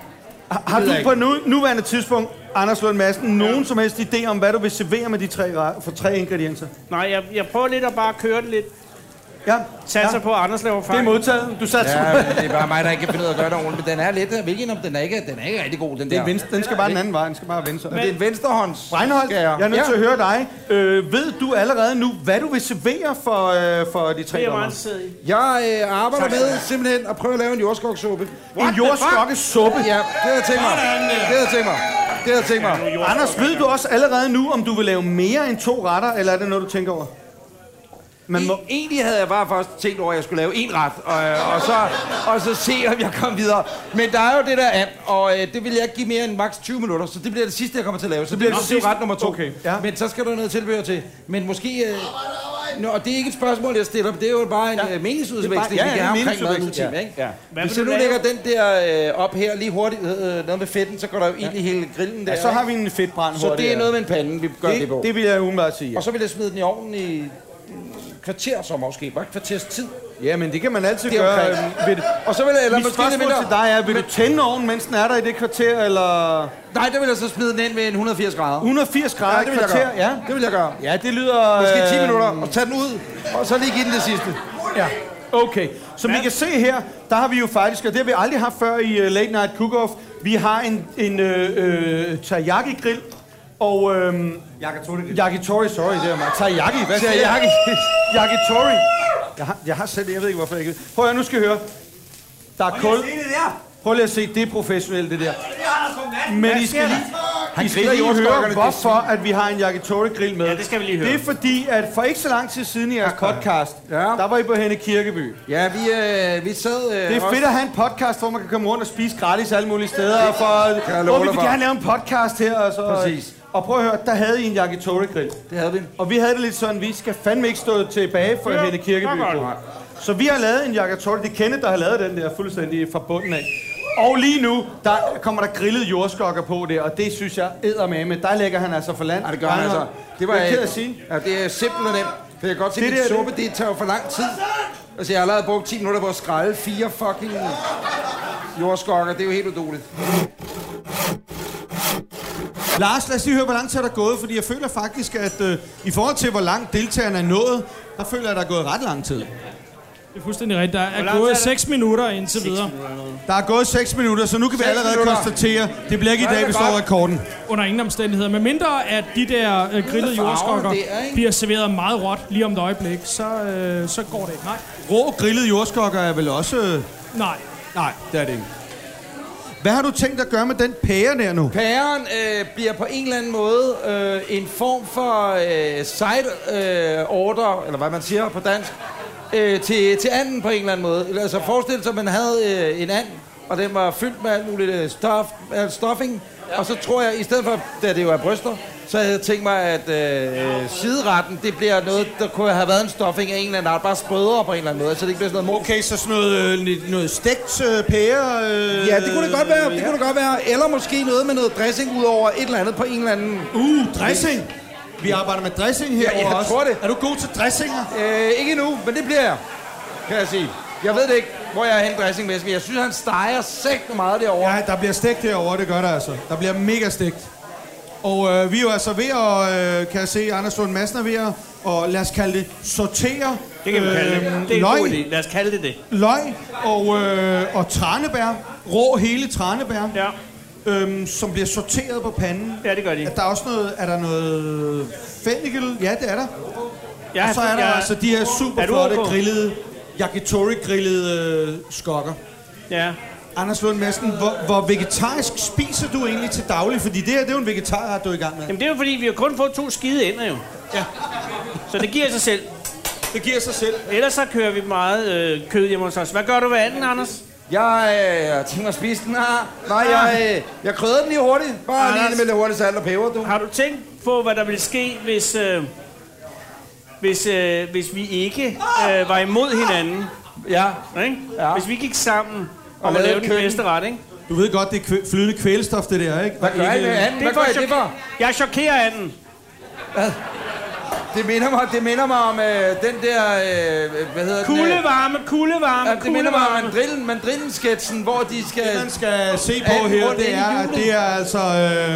Har du på nu, nuværende tidspunkt, Anders Lund Madsen, nogen som helst idé om, hvad du vil servere med de tre, for tre ingredienser? Nej, jeg, jeg prøver lidt at bare køre det lidt. Ja. Satser ja. på, at Anders laver fejl. Det er modtaget. Du satser ja, det er bare mig, der ikke kan finde ud af at gøre det ordentligt. Men den er lidt, hvilken om den er ikke, den er ikke rigtig god, den det er der. Venstre, den skal bare den anden vej, den skal bare vende sig. Men det er en venstrehånds. Breinholt, jeg er nødt ja. til at høre dig. Øh, ved du allerede nu, hvad du vil servere for, øh, for de tre dommer? Jeg øh, arbejder tak, med simpelthen at prøve at lave en jordskokkesuppe. En jordskokkesuppe? Ja, det har jeg tænkt mig. Det har jeg tænkt mig. Det har jeg tænkt mig. Anders, ved du også allerede nu, om du vil lave mere end to retter, eller er det noget, du tænker over? Man må... E- egentlig havde jeg bare først tænkt over, at jeg skulle lave en ret, og, og, så, og så se, om jeg kom videre. Men der er jo det der and, og øh, det vil jeg ikke give mere end maks tyve minutter, så det bliver det sidste, jeg kommer til at lave. Så det bliver det ret nummer to. Okay, ja. Men så skal der noget tilbehør til. Men måske... Øh, Nå, og det er ikke et spørgsmål, jeg stiller, det er jo bare en ja. uh, meningsudveksling, ja, vi kan have omkring maden nu time, ikke? Ja. Hvis du nu lægger den der øh, op her lige hurtigt, øh, noget med fedten, så går der jo ind ja. i hele grillen der. Ja, så har vi en fedtbrand hurtigt. Så det er noget med en pande, vi gør det, det på. Det vil jeg umiddelbart sige, ja. Og så vil jeg smide den i ovnen i kvarter så måske, bare et kvarters tid. Ja, men det kan man altid gøre. Ved og så vil jeg... Eller Mit spørgsmål til dig er, vil men, du tænde ovnen, mens den er der i det kvarter, eller... Nej, der vil jeg så smide den ind ved hundrede og firs grader. hundrede og firs grader ja, i kvarter? Ja, det vil jeg gøre. Ja, det lyder... Måske ti minutter, og tage den ud, og så lige give den det sidste. Ja, okay. Som I kan se her, der har vi jo faktisk, og det har vi aldrig haft før i uh, Late Night Cook-Off, vi har en, en øh, øh, teriyaki-grill, og... Øhm, Yakitori. Yakitori, sorry, det er mig. Teriyaki, hvad siger jeg? Yakitori. Jeg har, jeg har selv, jeg ved ikke, hvorfor jeg ikke ved. Prøv at nu skal I høre. Der er kul. Prøv lige at se, det er professionelt, det der. Men I skal lige... Han I skal lige høre, hvorfor at vi har en yakitori-grill med. Ja, det skal vi lige høre. Det er fordi, at for ikke så lang tid siden i jeres podcast, ja. der var I på Henne Kirkeby. Ja, vi, øh, vi sad... Øh, det er fedt at have en podcast, hvor man kan komme rundt og spise gratis alle mulige steder. For, hvor vi vil gerne lave en podcast her. Og så, præcis. Og prøv at høre, der havde I en yakitori-grill. Det havde vi. Og vi havde det lidt sådan, vi skal fandme ikke stå tilbage for ja, Henne Kirkeby. Så vi har lavet en yakitori. Det er Kenneth, der har lavet den der fuldstændig fra bunden af. Og lige nu, der kommer der grillet jordskokker på der, og det synes jeg eddermame. Der lægger han altså for land. Ja, det gør han altså. Det var jeg ked at sige. Ja, det er simpelt og nemt. For jeg kan godt se, at suppe, det tager jo for lang tid. Altså, jeg har allerede brugt ti minutter på at skrælle fire fucking jordskokker. Det er jo helt udueligt. Lars, lad os lige høre, hvor lang tid er der gået, fordi jeg føler faktisk, at øh, i forhold til, hvor langt deltagerne er nået, der føler jeg, at der er gået ret lang tid. Det er fuldstændig rigtigt. Der er gået seks minutter indtil videre. Der er gået seks minutter, så nu kan vi allerede minutter. konstatere, det bliver ikke i dag, vi står rekorden. Under ingen omstændigheder. Men mindre at de der øh, grillede jordskokker bliver serveret meget råt lige om et øjeblik, så, øh, så går det ikke. Nej. Rå grillede jordskokker er vel også... Øh... Nej. Nej, det er det ikke. Hvad har du tænkt at gøre med den pære der nu? Pæren øh, bliver på en eller anden måde øh, en form for øh, side øh, order, eller hvad man siger på dansk, øh, til, til anden på en eller anden måde. Altså forestil sig, at man havde øh, en and, og den var fyldt med alt muligt stuff, uh, stuffing. Ja. Og så tror jeg, i stedet for, da det jo er bryster, så havde jeg tænkt mig, at øh, sideretten, det bliver noget, der kunne have været en stuffing af en eller anden art, bare sprødere på en eller anden måde, så det ikke bliver sådan noget... Okay, så sådan noget, øh, noget stegt øh, pære... Øh, ja, det kunne det godt være, det kunne det godt være. Eller måske noget med noget dressing ud over et eller andet på en eller anden... Uh, dressing! Vi arbejder med dressing her ja, jeg også. tror det. Er du god til dressinger? Øh, ikke endnu, men det bliver jeg, kan jeg sige. Jeg ved det ikke, hvor jeg er hen dressingmæssigt. Jeg synes, han steger sægt meget derovre. Ja, der bliver stegt derovre, det gør der altså. Der bliver mega stegt. Og øh, vi er jo altså ved at, øh, kan jeg se, Anders Lund Madsen er ved at, og lad os kalde det, sortere. Det kan vi kalde det. Det er en god idé. Lad os kalde det det. Løg og, øh, og tranebær. Rå hele tranebær. Ja. Øhm, som bliver sorteret på panden. Ja, det gør de. Er der også noget, er der noget fennikel? Ja, det er der. Ja, og så er der jeg, altså de her super flotte okay? grillede, yakitori-grillede øh, skokker. Ja. Anders Lund Madsen, hvor, hvor vegetarisk spiser du egentlig til daglig? Fordi det her, det er jo en vegetarret, du er i gang med. Jamen det er jo fordi, vi har kun fået to skide ender jo. Ja. Så det giver sig selv. Det giver sig selv. Ellers så kører vi meget øh, kød hjemme hos os. Hvad gør du ved anden, Anders? Jeg øh, tænker at spise den her. Nej, jeg, øh, jeg krydder den lige hurtigt. Bare Anders, lige med lidt hurtigt salt og peber, du. Har du tænkt på, hvad der ville ske, hvis, øh, hvis, øh, hvis vi ikke øh, var imod hinanden? Ja. Ikke? Ja. Hvis vi gik sammen og, og lavede den bedste ret, ikke? Du ved godt, det er kvæ- flydende kvælstof, det der, ikke? Hvad gør I med anden? Hvad gør I det for? Jeg chokerer anden. Hvad? Det minder mig, det minder mig om øh, den der, øh, hvad hedder den? Kuldevarme, kuldevarme, ja, det minder mig om mandrillen, mandrillen-sketchen, hvor de skal... Det, man skal se på her, det er, det er altså... Øh,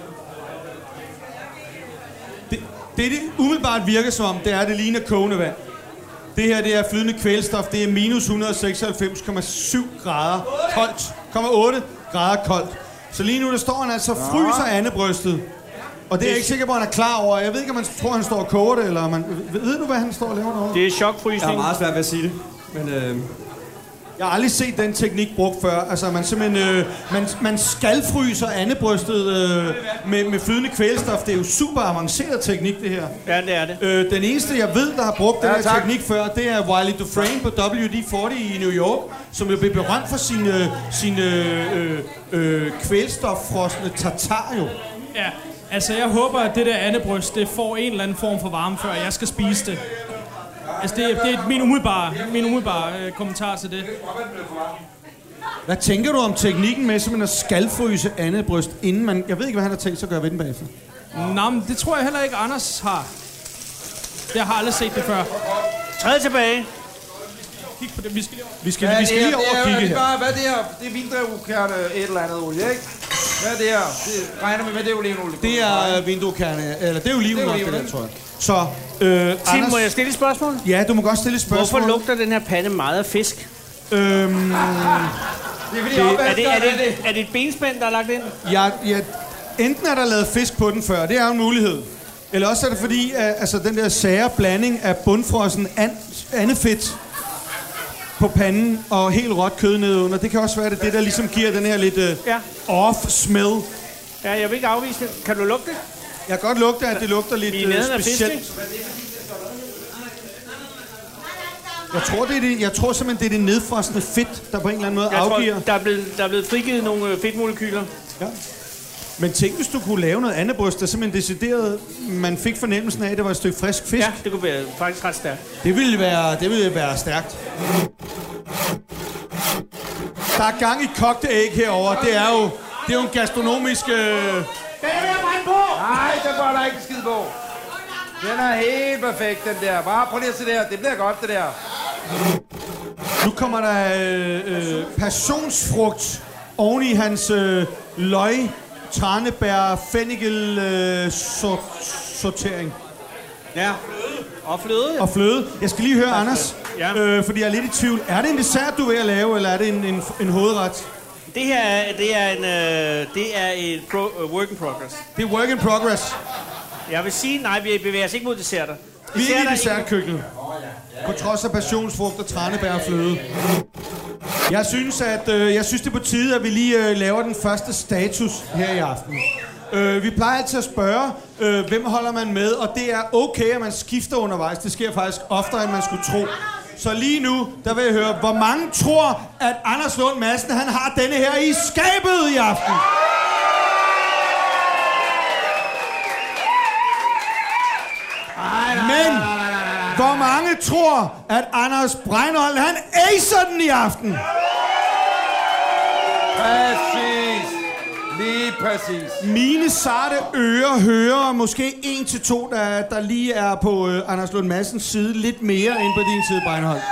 det, det, det umiddelbart virker som om, det er, det ligner kogende vand. Det her, det er flydende kvælstof, det er minus et hundrede seksoghalvfems komma syv grader koldt. komma otte grader koldt. Så lige nu, der står han altså fryser andebrystet. Og det er jeg ikke sikker på, at han er klar over. Jeg ved ikke, om man tror, han står og koger det, eller man... Ved du, hvad han står og laver derovre? Det er chokfrysning. Jeg er meget svært ved at sige det, men... Øh... Jeg har aldrig set den teknik brugt før. Altså, man simpelthen... Øh, man, man skalfryser andebrystet øh, med, med flydende kvælstof. Det er jo super avanceret teknik, det her. Ja, det er det. Øh, den eneste, jeg ved, der har brugt den ja, her tak. teknik før, det er Wiley Dufresne på W D fyrre i New York, som jo blev berømt for sine, sine øh, øh, kvælstoffrosne tartar, jo. Ja, altså jeg håber, at det der andebryst, det får en eller anden form for varme, før jeg skal spise det. Altså det, det er min umiddelbare, min umiddelbare øh, kommentar til det. Hvad tænker du om teknikken med simpelthen at skalfryse andebryst, inden man... Jeg ved ikke, hvad han har tænkt sig at gøre ved den bagefter. Nå, men det tror jeg heller ikke, Anders har. Jeg har aldrig set det før. Træd tilbage. Kig på det, vi skal lige over. Vi skal, vi skal lige over og kigge her. Bare, hvad er det her? Det er vindrevkerne et eller andet olie, ikke? Hvad er det her? Det regner vi med, det er olivenolie. Det er vindruekerne, eller det er oliven nok, det der, tror jeg. Så, øh, Tim, Anders, må jeg stille et spørgsmål? Ja, du må godt stille et spørgsmål. Hvorfor lugter den her pande meget af fisk? Øhm, det er, fordi det, er, det, er, det, er det et benspænd, der er lagt ind? Ja, ja, enten er der lavet fisk på den før, det er jo en mulighed. Eller også er det fordi, at altså, den der sære blanding af bundfrossen and, andefedt på panden og helt råt kød nedenunder. Det kan også være det, det der ligesom giver den her lidt uh, ja. off-smell. Ja, jeg vil ikke afvise det. Kan du lugte det? Jeg kan godt lugte, at det lugter lidt uh, specielt. Jeg tror, det er det, jeg tror simpelthen, det er det nedfrosne fedt, der på en eller anden måde jeg afgiver. Tror, der, er blevet, der er blevet frigivet nogle fedtmolekyler. Ja. Men tænk, hvis du kunne lave noget andebryst, der simpelthen decideret, man fik fornemmelsen af, at det var et stykke frisk fisk. Ja, det kunne være faktisk ret stærkt. Det ville være, det ville være stærkt. Der er gang i kogte æg herovre. Det er jo, det er jo en gastronomisk... Øh... Den er ved at brænde på! Nej, den går der ikke skid på. Den er helt perfekt, den der. Bare prøv lige at se det her. Det bliver godt, det der. Nu kommer der øh, øh, passionsfrugt oven i hans øh, løg, tranebær, fennikel øh, sort, sortering. Ja. Og fløde. Og fløde. Jeg skal lige høre, Anders. Ja. Øh, fordi jeg er lidt i tvivl. Er det en dessert, du er ved at lave, eller er det en, en, en hovedret? Det her er, det er en, øh, det er et pro, uh, work in progress. Det er work in progress. Jeg vil sige, nej, vi bevæger os ikke mod desserter. Vi er ikke i dessertkøkkenet. På trods af passionsfrugt og tranebær og fløde. Jeg synes, at øh, jeg synes det er på tide, at vi lige øh, laver den første status her i aften. Øh, vi plejer altid at spørge, øh, hvem holder man med, og det er okay, at man skifter undervejs. Det sker faktisk oftere, end man skulle tro. Så lige nu, der vil jeg høre, hvor mange tror, at Anders Lund Madsen, han har denne her i skabet i aften? Men hvor mange tror, at Anders Breinholt, han acer den i aften? Præcis. Lige præcis. Mine sarte ører hører måske en til to, der, der lige er på øh, Anders Lund Madsens side, lidt mere end på din side, Breinholt.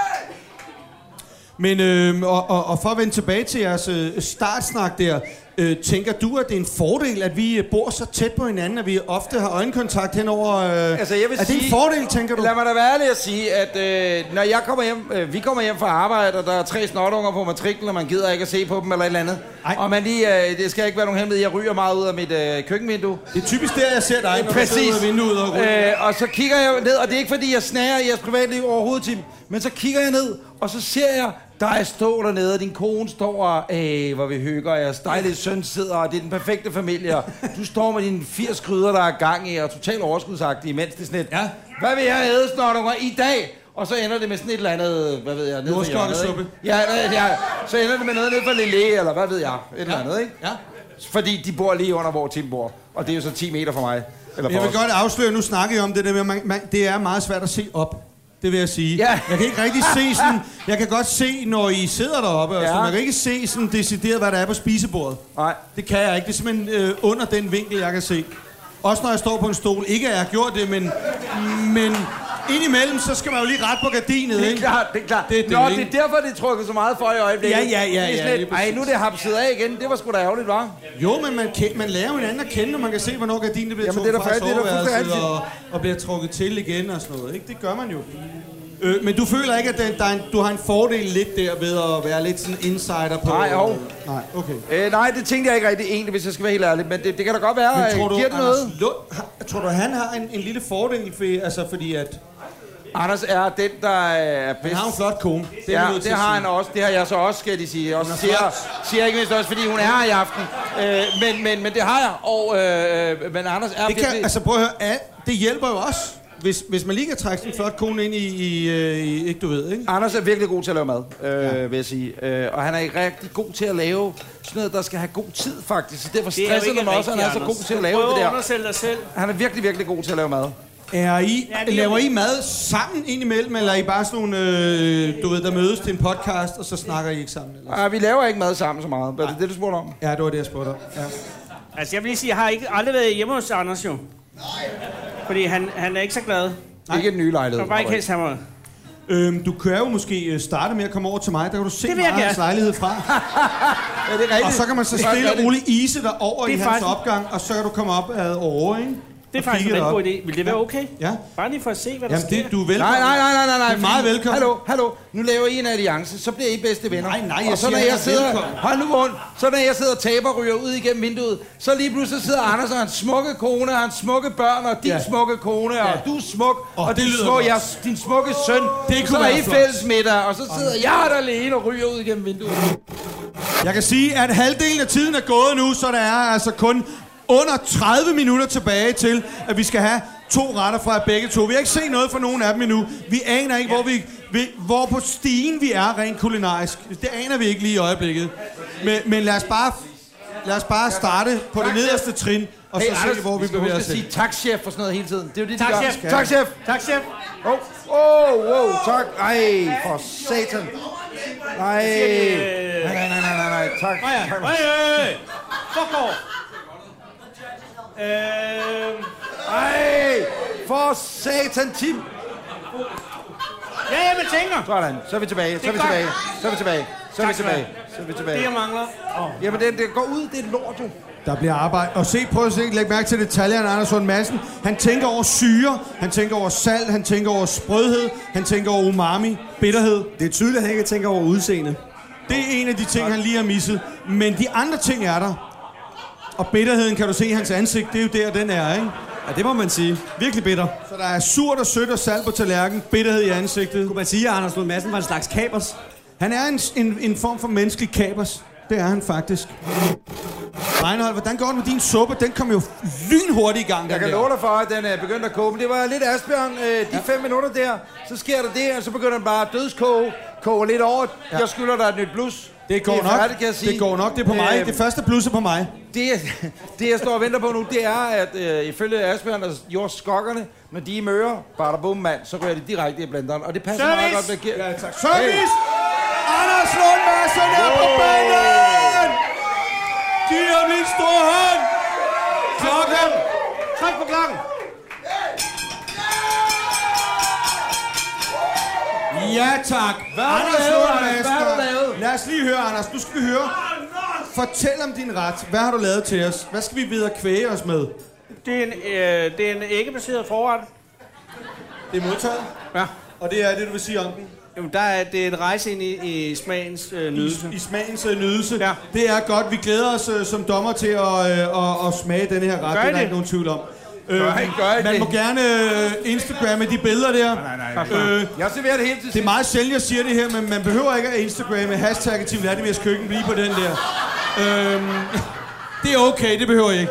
Men øh, og, og, og for at vende tilbage til jeres øh, startsnak der, øh, tænker du, at det er en fordel, at vi bor så tæt på hinanden, at vi ofte har øjenkontakt henover? Øh, altså, jeg vil er det sige, en fordel, tænker du? Lad mig da være ærlig at sige, at øh, når jeg kommer hjem, øh, vi kommer hjem fra arbejde, og der er tre snotunger på matriklen, og man gider ikke at se på dem eller et eller andet. Ej. Og man lige, øh, det skal ikke være nogen hemmelighed, jeg ryger meget ud af mit øh, køkkenvindue. Det er typisk der, jeg ser dig, når Præcis. du sidder ud af vinduet og ryger. Øh, og så kigger jeg ned, og det er ikke fordi, jeg snager i jeres privatliv overhovedet, Tim, men så kigger jeg ned, og så ser jeg dig stå dernede, og din kone står og, æh, hvor vi hygger, og jeres dejlige søn sidder, og det er den perfekte familie, og du står med dine firs krydder, der er gang i, og totalt overskudsagtige, imens det er sådan et, ja. Hvad vil jeg æde, snotunger, i dag? Og så ender det med sådan et eller andet, hvad ved jeg, nede for hjørnet, ja, ja, så ender det med noget nede for Lille, eller hvad ved jeg, et ja. eller andet, ikke? Ja. Fordi de bor lige under, hvor Tim bor, og det er jo så ti meter fra mig. Eller for jeg vil os. godt afsløre, nu snakker I om det der med, man, man, det er meget svært at se op. Det vil jeg sige. Ja. Jeg kan ikke rigtig se sådan... Jeg kan godt se, når I sidder deroppe, ja. og sådan, jeg kan ikke se sådan decideret, hvad der er på spisebordet. Nej. Det kan jeg ikke. Det er simpelthen øh, under den vinkel, jeg kan se. Også når jeg står på en stol. Ikke at jeg har gjort det, men... Men indimellem, så skal man jo lige ret på gardinet, ikke? Det er klart, det er klart. Det, det, Nå, det er derfor, det trukket så meget for i øjeblikket. Ja, ja, ja. ja, ja ej, nu er det hapset af igen. Det var sgu da ærgerligt, hva'? Jo, men man, man lærer jo hinanden at kende, og man kan se, hvornår gardinet bliver trukket fra soveværelset og, og bliver trukket til igen og sådan noget, ikke? Det gør man jo. Øh, men du føler ikke, at der er en, du har en fordel lidt der ved at være lidt sådan insider på... Nej, jo. Nej, okay. Øh, nej, det tænkte jeg ikke rigtig egentlig, hvis jeg skal være helt ærlig. Men det, det kan da godt være, at giver det Anders noget? Lund, har, tror du, han har en, en lille fordel, for, altså fordi at... Anders er den, der er bedst. Han har en flot kone. Det, ja, det har han også. Det har jeg så også, skal de sige. Også siger, siger ikke mindst også, fordi hun er her i aften. Øh, men, men, men det har jeg. Og, øh, men Anders er det kan, virkelig... Altså prøv at høre, at det hjælper jo også. Hvis, hvis man lige kan trække sin flot kone ind i, i, i, ikke du ved, ikke? Anders er virkelig god til at lave mad, øh, ja. vil jeg sige. Øh, og han er rigtig god til at lave sådan noget, der skal have god tid, faktisk. Så derfor stresser det mig også, at han er så god til at lave det der. Dig selv. Han er virkelig, virkelig god til at lave mad. Er I, ja, laver I mad sammen indimellem, eller er I bare sådan nogle, øh, du ved, der mødes til en podcast, og så snakker I ikke sammen? Eller? Nej, vi laver ikke mad sammen så meget. Er det det, du spurgte om? Ja, det var det, jeg spurgte om. Ja. Altså, jeg vil lige sige, jeg har ikke aldrig været hjemme hos Anders, jo. Fordi han, han er ikke så glad. Nej. Ikke en ny lejlighed. Jeg var bare ikke helst hammer. Øhm, du kan jo måske starte med at komme over til mig, der kan du se meget af hans lejlighed fra. Ja, det er rigtigt. Og så kan man så stille og roligt ise dig over i hans faktisk... opgang, og så kan du komme op ad over, ikke? Det er faktisk en rigtig god idé. Vil det være okay? Ja. Bare lige for at se, hvad der Jamen, sker. Det, du er velkommen. Nej, nej, nej, nej, nej. Du er meget velkommen. Hallo, hallo. Nu laver I en alliance, så bliver I bedste venner. Nej, nej, jeg og så, siger, når jeg, jeg sidder, velkommen. hold nu rundt, så når jeg sidder og taber ryger ud igennem vinduet, så lige pludselig sidder Anders og hans smukke kone, og hans smukke børn, og din ja. smukke kone, ja. og du er smuk, oh, og din, smuk, ja, din smukke søn. Det så er I fælles middag, og så sidder oh. jeg der alene og ryger ud igennem vinduet. Jeg kan sige, at halvdelen af tiden er gået nu, så der er altså kun under tredive minutter tilbage til, at vi skal have to retter fra begge to. Vi har ikke set noget fra nogen af dem endnu. Vi aner ikke, hvor, vi, vi, hvor på stigen vi er rent kulinarisk. Det aner vi ikke lige i øjeblikket. Men, men lad os bare, lad os bare starte på det nederste trin, og så hey, se, hvor vi, vi bevæger os hen. Vi skal sige tak, chef, for sådan noget hele tiden. Det er jo det, de tak, gør. Chef. Tak, chef. Tak, chef. Åh, oh, oh, wow, tak. Ej, for satan. Nej. Nej, nej, nej, nej, nej. Tak. Nej, nej, nej. Fuck off. Øhm... Ej, for satan, Tim. Ja, jeg vil tænker. Sådan, så er vi tilbage, så er vi tilbage, så er vi tilbage, så er vi tilbage, så er vi tilbage. Det, jeg mangler. Oh. Jamen, det, det går ud, det er lort, du. Der bliver arbejde. Og se, prøv at se, læg mærke til detaljerne, Anders Lund Madsen. Han tænker over syre, han tænker over salt, han tænker over sprødhed, han tænker over umami, bitterhed. Det er tydeligt, at han ikke tænker over udseende. Det er en af de ting, han lige har misset. Men de andre ting er der. Og bitterheden, kan du se i hans ansigt, det er jo der, den er, ikke? Ja, det må man sige. Virkelig bitter. Så der er surt og sødt og salt på tallerken, bitterhed i ansigtet. Kunne man sige, at Anders Lund Madsen var en slags kapers? Han er en, en, en form for menneskelig kapers. Det er han faktisk. Reinhold, hvordan går det med din suppe? Den kom jo lynhurtigt i gang. Jeg kan love dig for, at den er begyndt at koge. Men det var lidt Asbjørn. Øh, de ja. fem minutter der, så sker der det, og så begynder den bare at dødskoge. Koger lidt over. Ja. Jeg skylder dig et nyt blus. Det går, det nok. Færdigt, kan jeg sige. Det går nok. Det er på mig. Øh, det første blus er på mig. Det, det, jeg står og venter på nu, det er, at øh, ifølge Asbjørn og jordskokkerne, når de er møre, bare der bum mand, så rører de direkte i blenderen. Og det passer Service! meget godt med... Ja, tak. Service! Hey. Anders Lund Madsen er på banen! Giv ham en stor hånd! Klokken! Tryk på klokken! Ja, tak. Hvad har du lavet, Hvad har du lavet? Lad os lige høre, Anders. Nu skal vi høre. Fortæl om din ret. Hvad har du lavet til os? Hvad skal vi videre kvæge os med? Det er en, øh, det er en æggebaseret forret. Det er modtaget? Ja. Og det er det, du vil sige om den? Jamen, der er, det er en rejse ind i, i smagens øh, nydelse. I, I smagens øh, nydelse. Ja. Det er godt. Vi glæder os øh, som dommer til at, øh, at, at smage denne her ret. Gør det er der det? ikke nogen tvivl om. Øh, Gør ikke, gør ikke man det. må gerne øh, Instagramme de billeder der. Nej, nej, nej. Øh, jeg serverer det helt til Det er meget sjældent, jeg siger det her, men man behøver ikke at Instagramme hashtagget Team Vladimirs køkken lige på den der. Øhm, det er okay, det behøver jeg ikke.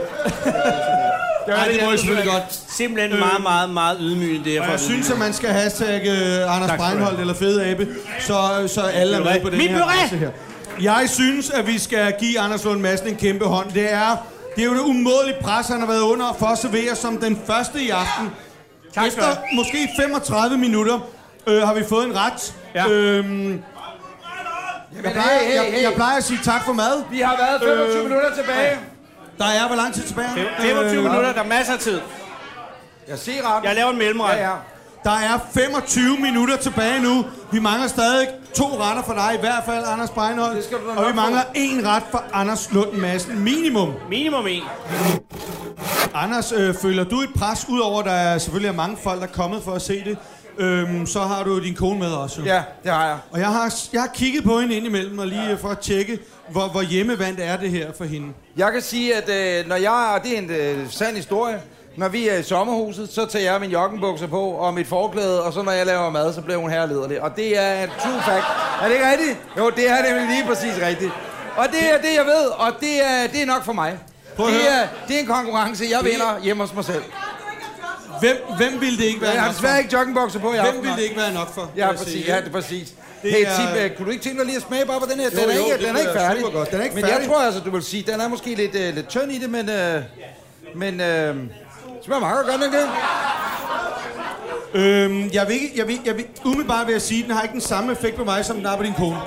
Nej, det må jeg selvfølgelig godt. Simpelthen øh, meget, meget, meget ydmygende det her. Og jeg synes, at man skal hashtagge uh, Anders Breinholt eller Fede Abe, så, så alle er med på den her rejse her. Jeg synes, at vi skal give Anders Lund Madsen en kæmpe hånd. Det er, det er jo det umådelige pres, han har været under for at servere som den første i aften. Tak. Efter måske femogtredive minutter øh, har vi fået en ret. Ja. Øhm, jeg, plejer, hey, hey, hey. Jeg, jeg plejer at sige tak for mad. Vi har været femogtyve øh, minutter tilbage. Der er hvor lang tid tilbage? femogtyve øh, minutter, der er masser af tid. Jeg ser ret. Jeg laver en mellemret. Ja, ja. Der er femogtyve minutter tilbage nu. Vi mangler stadig to retter for dig, i hvert fald Anders Breinholt. Og vi mangler én ret for Anders Lund Madsen. Minimum. Minimum en. Anders, øh, føler du et pres, udover der er selvfølgelig er mange folk, der er kommet for at se det? Øhm, så har du din kone med også. Ja, det har jeg. Og jeg har, jeg har kigget på hende indimellem, og lige for at tjekke, hvor, hvor hjemmevandt er det her for hende. Jeg kan sige, at øh, når jeg, og det er en øh, sand historie, når vi er i sommerhuset, så tager jeg min joggenbukser på og mit forklæde, og så når jeg laver mad, så bliver hun herlederlig. Og det er en true fact. Er det ikke rigtigt? Jo, det er det lige præcis rigtigt. Og det er det, jeg ved, og det er, det er nok for mig. Det er, det er en konkurrence, jeg vinder hjemme hos mig selv. Hvem, hvem ville det ikke være nok for? Jeg har desværre ikke joggenbukser på i aften. Hvem ville det ikke være nok for? Ja, præcis. Ja, det er præcis. Det hey, er... Tim, uh, kunne du ikke tænke dig lige at smage bare på den her? Jo, den er jo, ikke, den er ikke færdig. Godt. Den er ikke men færdig. jeg tror altså, du vil sige, den er måske lidt, uh, lidt tynd i det, men... Uh, men uh, smager meget godt, den det? Øhm, jeg vil ikke... Jeg vil, jeg vil, umiddelbart vil jeg sige, at den har ikke den samme effekt på mig, som den har på din kone.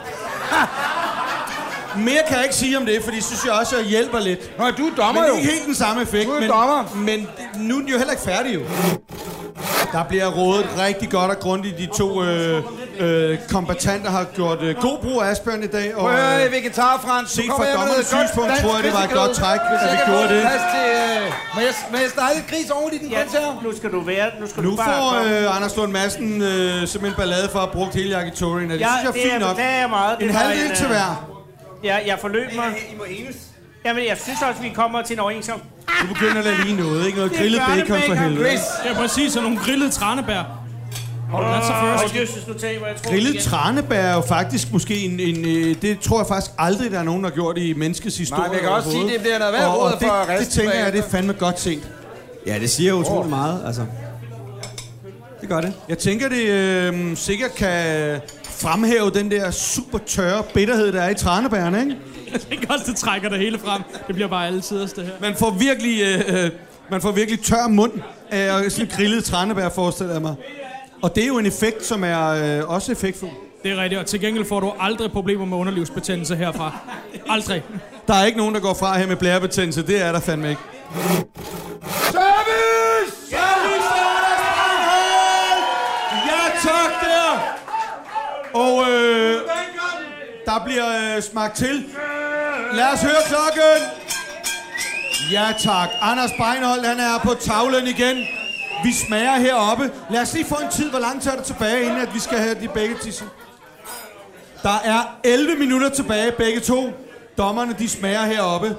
Mere kan jeg ikke sige om det, fordi synes jeg også, at jeg hjælper lidt. Nå, du er dommer jo. Men ikke helt den samme effekt. Du er men, dommer. Men nu er den jo heller ikke færdig jo. Der bliver rådet rigtig godt og grundigt. De to øh, øh, kombatanter har gjort øh, god brug af Asbjørn i dag. Og, Prøv øh, vegetar, Frans. Set fra dommerens synspunkt, tror jeg, det var et godt træk, at vi gjorde det. Til, øh, må, jeg, må jeg stege lidt gris oven i den ja, her? Nu skal du være... Nu, skal nu du bare får øh, Anders Lund Madsen øh, simpelthen ballade for at have brugt hele yakitorien. Det ja, synes jeg er fint nok. Det er meget. En halvdel til hver. Ja, jeg forløb mig. I må enes. Jamen, jeg synes også, vi kommer til en overenskomst. Du begynder at lade lige noget, ikke? Noget grillet bacon for helvede. Det er præcis sådan nogle grillede tranebær. Hold da så først. Jesus, nu tager jeg tror. Grillet tranebær er jo faktisk måske en, en... Det tror jeg faktisk aldrig, der er nogen, der har gjort i menneskets historie. Nej, jeg kan også sige, det bliver noget værd råd for at riste. Det tænker jeg, det er fandme godt set. Ja, det siger jo utroligt oh. meget, altså. Det gør det. Jeg tænker, det øh, sikkert kan fremhæve den der super tørre bitterhed, der er i tranebærne, ikke? Jeg tænker også, det trækker det hele frem. Det bliver bare alle tiders, det her. Man får virkelig, øh, man får virkelig tør mund af sådan grillet tranebær, forestiller jeg mig. Og det er jo en effekt, som er øh, også effektfuld. Det er rigtigt, og til gengæld får du aldrig problemer med underlivsbetændelse herfra. Aldrig. Der er ikke nogen, der går fra her med blærebetændelse. Det er der fandme ikke. Service! Service for Anders Breinholt! Ja, tak der! Og øh, der bliver øh, smagt til. Lad os høre klokken! Ja tak. Anders Breinholt, han er på tavlen igen. Vi smager heroppe. Lad os lige få en tid, hvor lang tid er der tilbage, inden at vi skal have de begge tisser. Der er elleve minutter tilbage, begge to. Dommerne, de smager heroppe.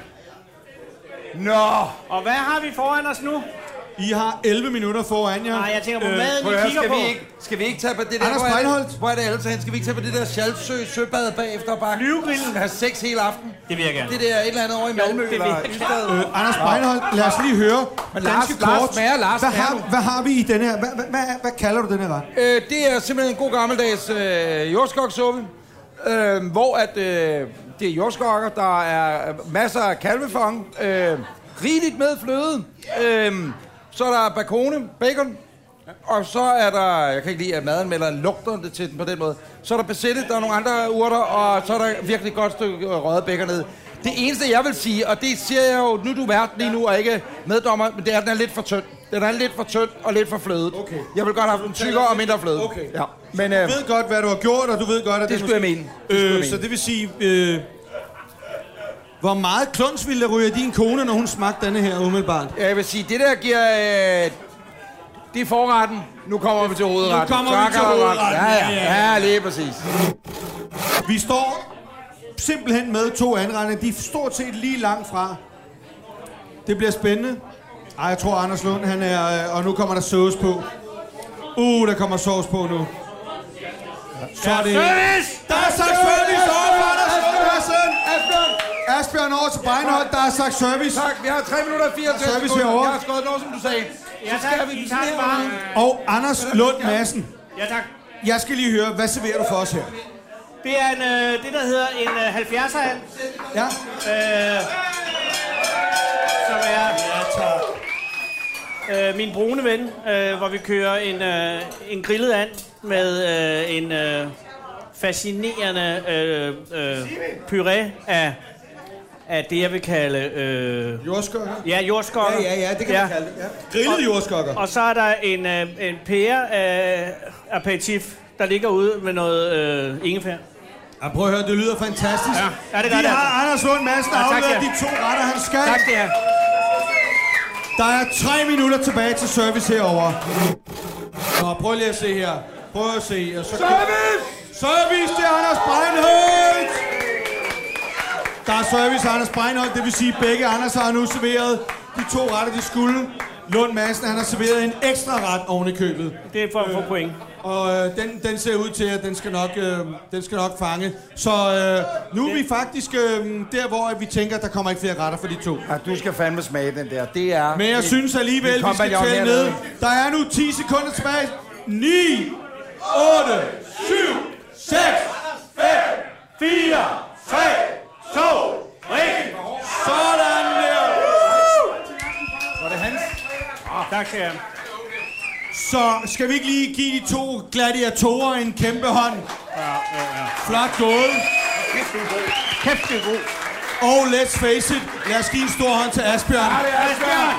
Nå! Og hvad har vi foran os nu? I har elleve minutter foran jer. Nej, jeg tænker på Øh, maden, Prøv I at høre, kigger skal på. vi ikke, skal vi ikke tage på det der... Anders hvor er det- Breinholt? Hvor er det alle hen? Skal vi ikke tage på det der Sjalsø søbad bagefter og bare... Flyvegrillen. Have sex hele aften? Det vil jeg gerne. Det der et eller andet over i Malmø det vil eller jeg Ystad. Øh, Anders Breinholt, lad os lige høre. Men Lars- ganske Lars kort. smager, Lars hvad, smager har, du. hvad har vi i denne her? Hvad, hvad, hvad, hvad kalder du den her ret? Øh, det er simpelthen en god gammeldags øh, jordskoksuppe, øh, hvor at, øh, det er jordskokker, der er masser af kalvefang, øh, rigeligt med fløde, øh, så er der bacone, bacon, og så er der, jeg kan ikke lide, at maden lugter det til den på den måde, så er der basilikum, der er nogle andre urter, og så er der virkelig et godt stykke røget bacon ned. Det eneste, jeg vil sige, og det siger jeg jo, nu er du vært lige nu, og ikke meddommer, men det er, at den er lidt for tynd. Den er lidt for tynd og lidt for flødet. Okay. Jeg vil godt have den tykkere og mindre fløde. Okay. Ja. Men øh, Du ved godt, hvad du har gjort, og du ved godt, at det skulle jeg mene. Det skulle jeg Øh, mene. så det vil sige, øh, hvor meget kluns ville der ryge din kone, når hun smagte denne her umiddelbart? Jeg vil sige, det der giver... Øh, det er forretten. Nu kommer vi til hovedretten. Nu kommer vi til Takker, hovedretten. Ja, ja, ja, ja, lige præcis. Vi står simpelthen med to anretninger. De er stort set lige langt fra. Det bliver spændende. Ej, jeg tror, Anders Lund, han er... øh, Og nu kommer der sauce på. Uh, der kommer sauce på nu. Så er det... Service! Der er sagt service over for Anders Lund Madsen. Asbjørn! Asbjørn over til Breinholt, der er sagt service. Tak, vi har tre minutter og fireogtres Service sekunder. herovre. Jeg har skåret noget, som du sagde. Ja, Så skal tak. vi I sådan tager her. bare. Og Anders Lund Madsen. Ja, tak. Jeg skal lige høre, hvad serverer du for os her? Det er en, øh, det, der hedder en øh, halvfjerdser, Ja? øh, som er øh, min brune ven, øh, hvor vi kører en, øh, en grillet and med øh, en øh, fascinerende øh, øh, puré af, af det, jeg vil kalde... Øh, Jordskokker? ja, jordskokker. Ja, ja, ja, det kan man kalde det. Ja. Grillet jordskokker. Og så er der en, øh, en pære af aperitif, der ligger ude med noget øh, ingefær. Ja, prøv at høre, det lyder fantastisk. Ja, ja, det gør Vi det har Anders Lund Madsen, der Ja, tak, afleverer ja. de to retter, han skal. Tak skal jeg have. Der er tre minutter tilbage til service herovre. Nå, prøv lige at se her. Prøv at se. Og så service! Service til Anders Breinholt! Der er service Anders Breinholt, det vil sige, at begge Anders har nu serveret de to retter, de skulle. Lund Madsen, han har serveret en ekstra ret oven i købet. Det er for at få point. Og øh, den, den ser ud til, at den skal nok, øh, den skal nok fange. Så øh, nu er vi faktisk øh, der, hvor vi tænker, at der kommer ikke flere retter for de to. Ja, du skal fandme smage den der. Det er... Men jeg det- synes alligevel, det vi skal kompagnon tælle hernede. ned. Der er nu ti sekunder tilbage. ni, otte, syv, seks, fem, fire, tre, to, et. Sådan der. Var det hans? Tak skal jeg have. Så skal vi ikke lige give de to gladiatorer en kæmpe hånd? Ja, ja, ja. Flot gået. Kæft, det er god. Og let's face it, lad os give en stor hånd til Asbjørn. Ja, det er Asbjørn.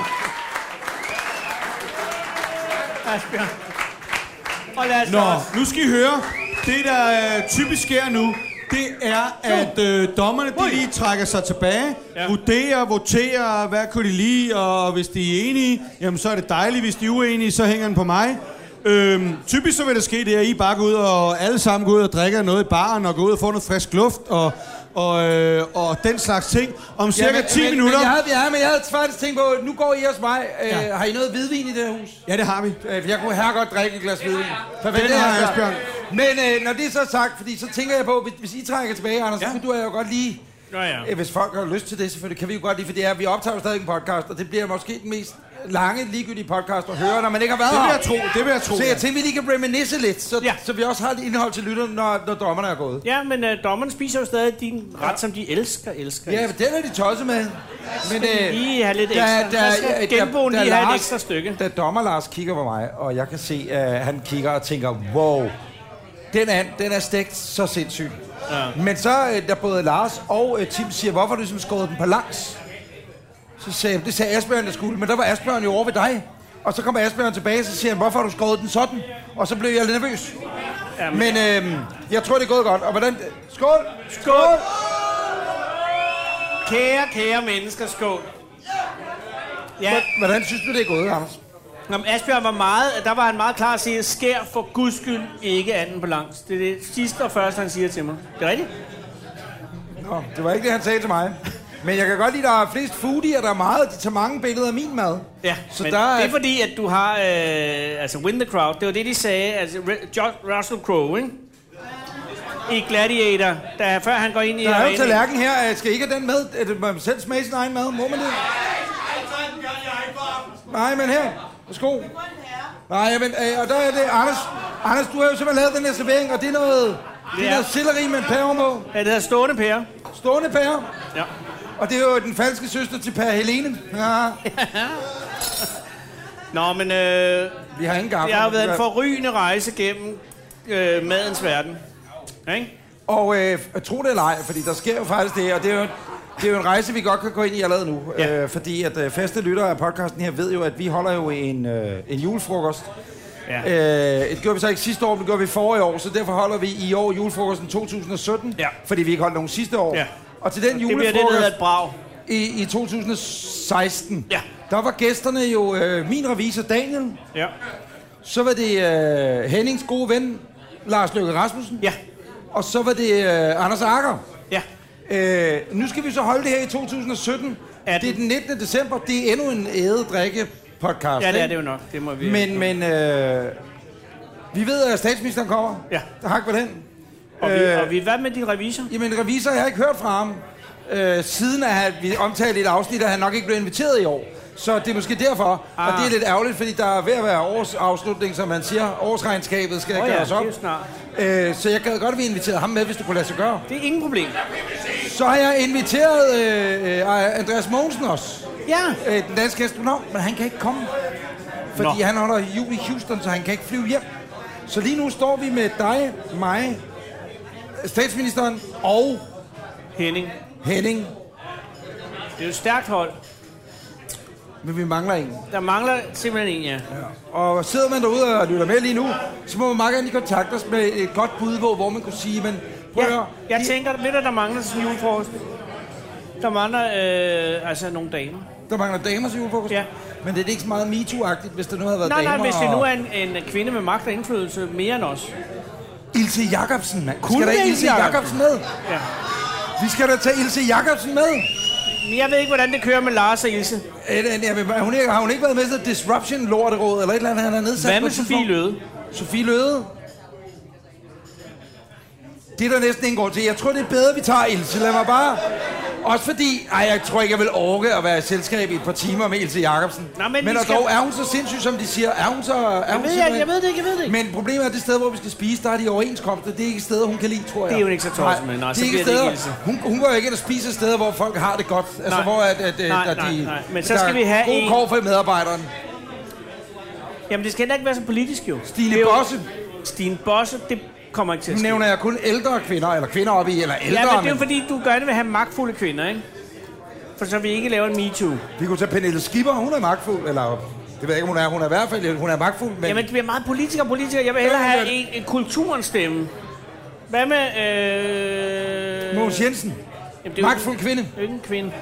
Asbjørn. Og lad os Nå, også. nu skal I høre. Det, der øh, typisk sker nu, det er, at øh, dommerne de lige trækker sig tilbage, Ja. ja. vurderer, voterer, hvad kunne de lide, og hvis de er enige, jamen så er det dejligt. Hvis de er uenige, så hænger den på mig. Øhm, typisk så vil det ske det, at I bare går ud og alle sammen går ud og drikker noget i baren, og går ud og får noget frisk luft, og, og, øh, og den slags ting. Om cirka men, ti men, minutter... Men jeg, havde, ja, men jeg havde faktisk tænkt på, nu går I hos mig. Øh, Ja. Har I noget hvidvin i det her hus? Ja, det har vi. Øh, Jeg kunne her godt drikke et glas hvidvin. Perfekt, Den det er har Asbjørn. Asbjørn. Men øh, når det er så sagt, fordi så tænker jeg på, hvis, hvis I trækker tilbage, Anders, ja. så kunne du jo godt lige... Nå ja. Øh, Hvis folk har lyst til det, selvfølgelig kan vi jo godt lide, for det er, vi optager jo stadig en podcast, og det bliver måske den mest lange, ligegyldige podcast at høre, når man ikke har været Det vil her. jeg tro, det vil jeg tro. Så jeg tænkte, vi lige kan reminisce lidt, så, Ja. ja. så vi også har lidt indhold til lytterne, når, når dommerne er gået. Ja, men øh, dommerne spiser jo stadig din ret, som de elsker, elsker. Ja, men den er de tosset med. Men øh, lige have lidt ekstra. da- Der skal da- genboen da lige have et Lars- ekstra stykke. Da dommer Lars kigger på mig, og jeg kan se, at han kigger og tænker, wow, den er, den er stegt så sindssygt. Ja. Men så, øh, da både Lars og øh, Tim siger, hvorfor har du ligesom skåret den på langs? Så sagde jeg, det sagde Asbjørn, der skulle, men der var Asbjørn jo over ved dig. Og så kommer Asbjørn tilbage, og så siger han, hvorfor har du skåret den sådan? Og så blev jeg lidt nervøs. Jamen. Men øh, jeg tror, det er gået godt. Og hvordan... Skål! Skål! Kære, kære mennesker, skål. Ja. Hvordan synes du, det er gået, Anders? Nå, men Asbjørn var meget, der var han meget klar at sige, skær for guds skyld ikke anden på langs. Det er det sidste og første, han siger til mig. Det er rigtigt? Nå, det var ikke det, han sagde til mig. Men jeg kan godt lide, at der er flest foodie, og der er meget, de tager mange billeder af min mad. Ja, så men der er... det er fordi, at du har, øh, altså win the crowd, det var det, de sagde, altså Russell Crowe, ikke? I Gladiator, da, før han går ind i... Der er jo tallerken her, jeg skal ikke have den med. Er det, må man selv smage sin egen mad? Må man det? Nej, men her. Værsgo. Nej, men, øh, og der er det, Anders. Anders, du har jo simpelthen lavet den her servering, og det er noget... Det er noget selleri med en pære på. Ja, det hedder stående pære. Stående pære? Ja. Og det er jo den falske søster til Per Helene. Ja. Nå, men... Øh, Vi har ingen gaffel. Jeg har været en forrygende rejse gennem øh, madens verden. Ja, ikke? Og øh, tro det eller ej, fordi der sker jo faktisk det, og det er jo, det er jo en rejse, vi godt kan gå ind i allerede nu. Ja. Øh, fordi at øh, faste lyttere af podcasten her ved jo, at vi holder jo en, øh, en julefrokost. Ja. Øh, det gjorde vi så ikke sidste år, men det gjorde vi forrige år, så derfor holder vi i år julefrokosten to tusind og sytten, ja. Fordi vi ikke holdt nogen sidste år. Ja. Og til den julefrokost... Det bliver det, der et brag. I, i to tusind og seksten, ja. Der var gæsterne jo øh, min revisor Daniel. Ja. Så var det øh, Hennings gode ven, Lars Løkke Rasmussen. Ja. Og så var det øh, Anders Agger. Ja. Øh, nu skal vi så holde det her i to tusind og sytten. Det er den nittende december. Det er endnu en æde-drikke-podcast. Ja, det er det jo nok. Det må vi... Men, men øh, vi ved, at statsministeren kommer. Ja. Der har ikke været den. Og, øh, vi, og vi, hvad med din revisor? Jamen, revisor, jeg har ikke hørt fra ham. Øh, siden at vi omtalte et afsnit, at han nok ikke blev inviteret i år. Så det er måske derfor. Ah. Og det er lidt ærgerligt, fordi der er ved at være årsafslutning, som man siger. Årsregnskabet skal oh, gøres ja, op. Det er snart. Øh, så jeg gad godt, at vi inviterede ham med, hvis du kunne lade sig gøre. Det er ingen problem. Så har jeg inviteret øh, øh, Andreas Mogensen også. Ja. Øh, den danske astronaut, men han kan ikke komme. Fordi Nå. han holder jul i Houston, så han kan ikke flyve hjem. Så lige nu står vi med dig, mig, statsministeren og... Henning. Henning. Det er jo et stærkt hold. Men vi mangler en. Der mangler simpelthen en, ja. ja. Og sidder man derude og lytter med lige nu, så må man meget gerne kontakte os med et godt bud på, hvor man kunne sige, men prøv ja, at høre. Jeg de... tænker, ved du, der mangler sådan en julefrokost? Der mangler øh, altså nogle damer. Der mangler damer til julefrokost? Ja. Men det er ikke så meget MeToo-agtigt, hvis der nu havde været nej, damer. Nej, nej, hvis det nu er en, en kvinde med magt og indflydelse mere end os. Ilse Jacobsen, mand. Skal der ikke Ilse Jacobsen med? Ja. Vi skal da tage Ilse Jacobsen med. Men jeg ved ikke, hvordan det kører med Lars og Ilse. Har hun ikke, har hun ikke været med til Disruption Lorteråd, eller et eller andet, han har nedsat? Hvad med Sofie Løde? Sofie Løde? Det er der næsten ingen grund til. Jeg tror, det er bedre, vi tager Ilse. Lad mig bare... Også fordi... Ej, jeg tror ikke, jeg vil orke at være i selskab i et par timer med Ilse Jacobsen. Nå, men men skal... dog, er hun så sindssyg, som de siger? Er hun så... Er jeg, hun ved, jeg, jeg ved det ikke, jeg ved det ikke. Men problemet er, at det sted, hvor vi skal spise, der er de overenskomster. Det er ikke et sted, hun kan lide, tror jeg. Det er jo ikke så tosset, men nej, så bliver det ikke Ilse. Hun, hun går jo ikke ind og spiser et sted, hvor folk har det godt. Altså, nej. hvor at, at, at, nej, at de... Nej, nej, men så skal vi have en... God kår for medarbejderen. Jamen, det skal heller ikke være så politisk, jo. Stine Bosse. Stine Bosse, det kommer ikke til at ske. Nu nævner jeg kun ældre kvinder, eller kvinder op i, eller ældre. Ja, men det er jo fordi, du gerne vil have magtfulde kvinder, ikke? For så vi ikke laver en MeToo. Vi kunne tage Pernille Skipper, hun er magtfuld, eller... Det ved jeg ikke, hun er. Hun er i hvert fald, hun er magtfuld, men... Jamen, det bliver meget politiker, politiker. Jeg vil hellere have en, en kulturens stemme. Hvad med, øh... Mogens Jensen. Jamen, magtfuld kvinde. Det er jo ikke en kvinde.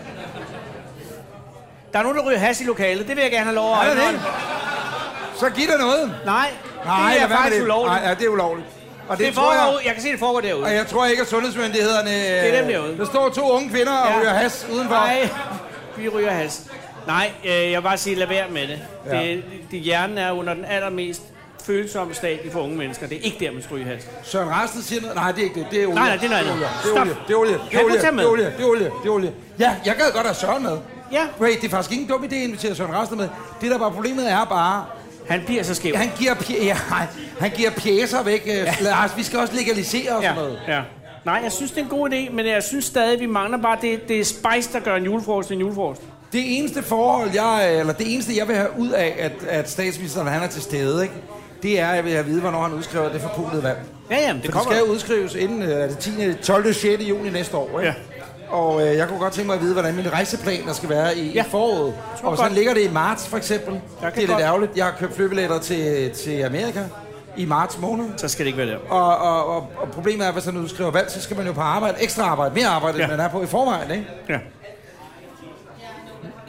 Der er nogen, der ryger has i lokalet. Det vil jeg gerne have lov at ja, det. Så giv der noget. Nej, Nej, det er faktisk ulovligt. Nej, ja, det er ulovligt. Og det, det tror jeg, jeg kan se, det foregår derude. Og jeg tror ikke, at sundhedsmyndighederne... Det er dem derude. Der står to unge kvinder og ja. ryger has udenfor. Nej, vi ryger has. Nej, øh, jeg vil bare sige, lad være med det. Ja. det, det hjernen er under den allermest følsomme stadie for unge mennesker. Det er ikke der, man stryger has. Søren Rasted siger noget. Nej, det er ikke det. Det er olie. Nej, nej, det er noget andet. Det er olie. Det er olie. Det er olie. Det er olie. Det er olie. Det er olie. Ja, jeg gad godt have Søren med. Ja. Wait, det er faktisk ikke en dum idé at invitere Søren Rasted med. Det der bare problemet er bare... Han bliver så skæv. Han giver, pj- ja, han giver pjæser væk. Ja. Lars, vi skal også legalisere og ja. sådan noget. Ja. Nej, jeg synes, det er en god idé, men jeg synes stadig, vi mangler bare det, det er spice, der gør en julefrokost til en julefrokost. Det eneste forhold, jeg, eller det eneste, jeg vil have ud af, at, at statsministeren han er til stede, ikke? Det er, at jeg vil have vide, hvornår han udskriver det forpulede valg. Ja, jamen, det For kommer. Det skal jo udskrives inden er det tiende, tolvte sjette juni næste år, ikke? Ja. Og øh, jeg kunne godt tænke mig at vide, hvordan min rejseplan der skal være i, ja. i foråret. Og så ligger det i marts, for eksempel. Det er lidt godt. ærgerligt. Jeg har købt flybilletter til, til Amerika i marts måned. Så skal det ikke være der. Og, og, og, og problemet er, at hvis han udskriver valg, så skal man jo på arbejde. Ekstra arbejde. Mere arbejde, ja. end man er på i forvejen, ikke? Ja.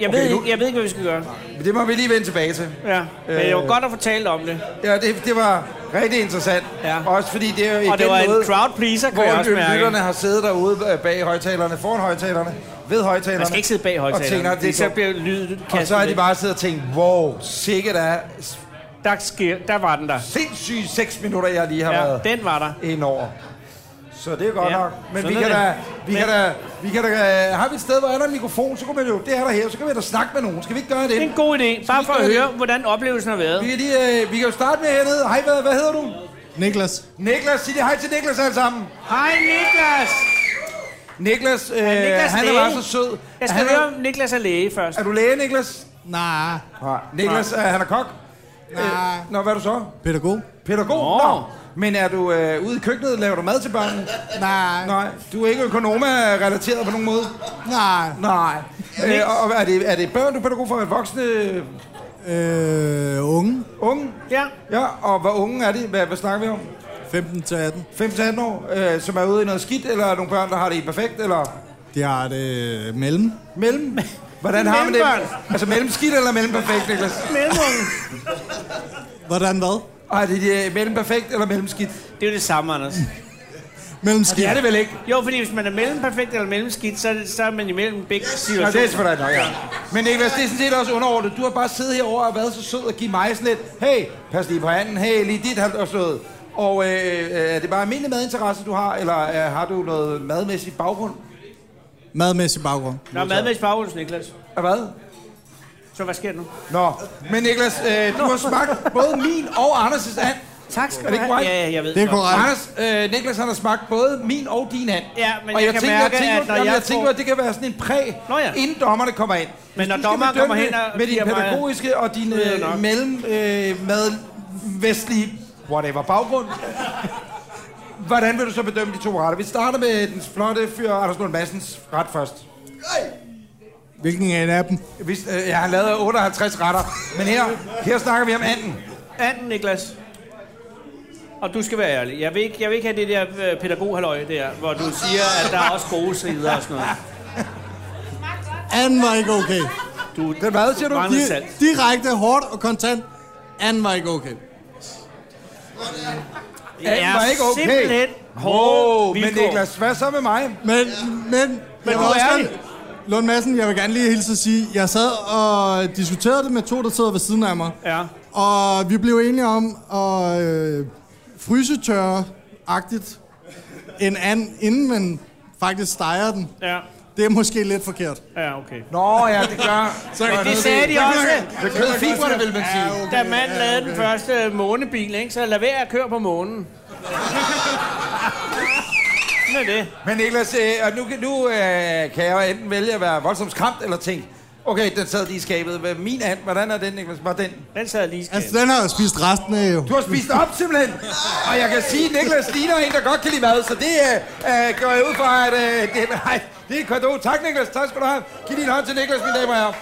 Jeg, Okay, ved, nu- ikke, jeg ved ikke, hvad vi skal gøre. Men det må vi lige vende tilbage til. Ja, men det var godt at fortælle om det. Ja, det, det var rigtig interessant. Ja. Også fordi det er jo igen Og det var noget, en crowd pleaser, kan jeg også hvor mærke. lytterne har siddet derude bag højtalerne, foran højtalerne, ved højtalerne. Man skal ikke sidde bag højtalerne. Og tænker, Det så bliver lyden Og kastet så har de væk. bare siddet og tænkt, wow, sikkert er Der, sker, der var den der. sindssygt seks minutter, jeg lige har Ja, været den var der. ind over. Så det er godt Ja, nok. Men vi sådan kan, er da, det. vi, Men- kan da, vi kan da... øh, Har vi et sted, hvor er der en mikrofon, så kan vi jo... Det er der her, så kan vi da snakke med nogen. Skal vi ikke gøre det? Det er en god idé. Bare for at høre, hvordan oplevelsen har været. Vi kan, lige, øh, vi kan jo starte med hernede. Hej, hvad, hvad hedder du? Niklas. Niklas. Sig det hej til Niklas alle sammen. Hej Niklas! Niklas, øh, Niklas han er læge? bare så sød. Jeg skal han høre, om Niklas er læge først. Er du læge, Niklas? Nej. Nej. Niklas, øh, han er kok? Nej. Øh, nå, hvad er du så? Pædagog. Pædagog? Nå. Men er du øh, ude i køkkenet? Laver du mad til børnene? Nej. Nej. Du er ikke økonoma-relateret på nogen måde? Nej. Nej. Øh, og og er, det, er det børn, du er pædagog for? Er voksne Øh, unge. unge? Ja. Ja, og hvor unge er de? Hvad, hvad snakker vi om? femten til atten. fem til atten år, øh, som er ude i noget skidt, eller er nogle børn, der har det perfekt, eller De har det mellem. mellem? Hvordan har man det? Mellembørn. Altså mellem skidt eller mellem perfekt, Niklas? Mellemungen. Hvordan hvad? Ej, det er de mellem perfekt eller mellem skidt? Det er jo det samme, Anders. Mellem Det skidt. er det vel ikke? Jo, fordi hvis man er mellemperfekt eller mellemskidt, så er, det, så er man imellem begge Nå, situationer. det er selvfølgelig nok, ja. Men Niklas, det er sådan set også underordnet. Du har bare siddet herovre og været så sød og give mig sådan lidt, hey, pas lige på handen, hey, lige dit har du slået. Og øh, er det bare almindelig madinteresse, du har, eller øh, har du noget madmæssig baggrund? Madmæssig baggrund. Nå, madmæssig baggrund, Niklas. Og hvad? Så hvad sker der nu? Nå, men Niklas, øh, du har smagt både min og Anders' and. Tak skal Er du det ikke have. korrekt? Ja, ja, jeg ved Det er godt. korrekt. Anders, øh, Niklas han har smagt både min og din hand. Ja, men og jeg kan tænker, mærke, jeg tænker, at når jamen, jeg jeg tænker, får- at det kan være sådan en præg, Nå ja. inden dommerne kommer ind. Men Hvis når du skal dommeren kommer bedømme hen og med din giver mig- pædagogiske og din ved jeg øh, nok. mellem øh, mad vestlige whatever baggrund. Hvordan vil du så bedømme de to retter? Vi starter med den flotte fyr Anders Lund Madsens ret først. Hvilken en af dem? Vi, øh, ja, han lavede otteoghalvtreds retter, men her, her snakker vi om anden. Anden, Niklas. Og du skal være ærlig. Jeg vil ikke, jeg vil ikke have det der øh, pædagog-halløj der, hvor du siger, at der er også gode sider og sådan noget. Anden var ikke okay. Du, Den hvad, siger du? Manglede Di- salt. direkte, hårdt og kontant. Anden var ikke okay. Det er var ikke okay. simpelthen Åh, hårde oh, men vilkår. Niklas, hvad så med mig? Men, men... Men jeg du vil er også ærlig. gerne- Lund Madsen, jeg vil gerne lige hilse at sige, jeg sad og diskuterede det med to, der sidder ved siden af mig. Ja. Og vi blev enige om at øh, frysetørre-agtigt en and, inden man faktisk steger den. Ja. Det er måske lidt forkert. Ja, okay. Nå ja, det gør... Så gør Det noget sagde ved- de også, Det kød fibrene, vil man sige. da manden lavede den første månebil, ikke? Så lad være at køre på månen. Sådan er det. Men Niklas, øh, og nu, kan- nu øh, kan jeg jo enten vælge at være voldsomt skræmt eller tænke, okay, den sad lige i skabet. Hvad- Min and, hvordan er den, Niklas? Var den? Den sad lige i skabet. Altså, den har jeg spist resten af jo. Du har spist op simpelthen. Og jeg kan sige, at Niklas ligner en, der godt kan lide mad. Så det øh, øh, går jeg ud fra, at øh, det, nej, det er et kado. Tak, Niklas. Tak skal du have. Giv din hånd til Niklas, mine damer og herrer.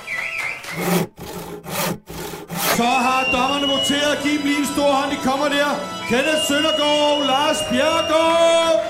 Så har dommerne voteret. Giv dem lige en stor hånd. De kommer der. Kenneth Søndergaard, Lars Bjergård.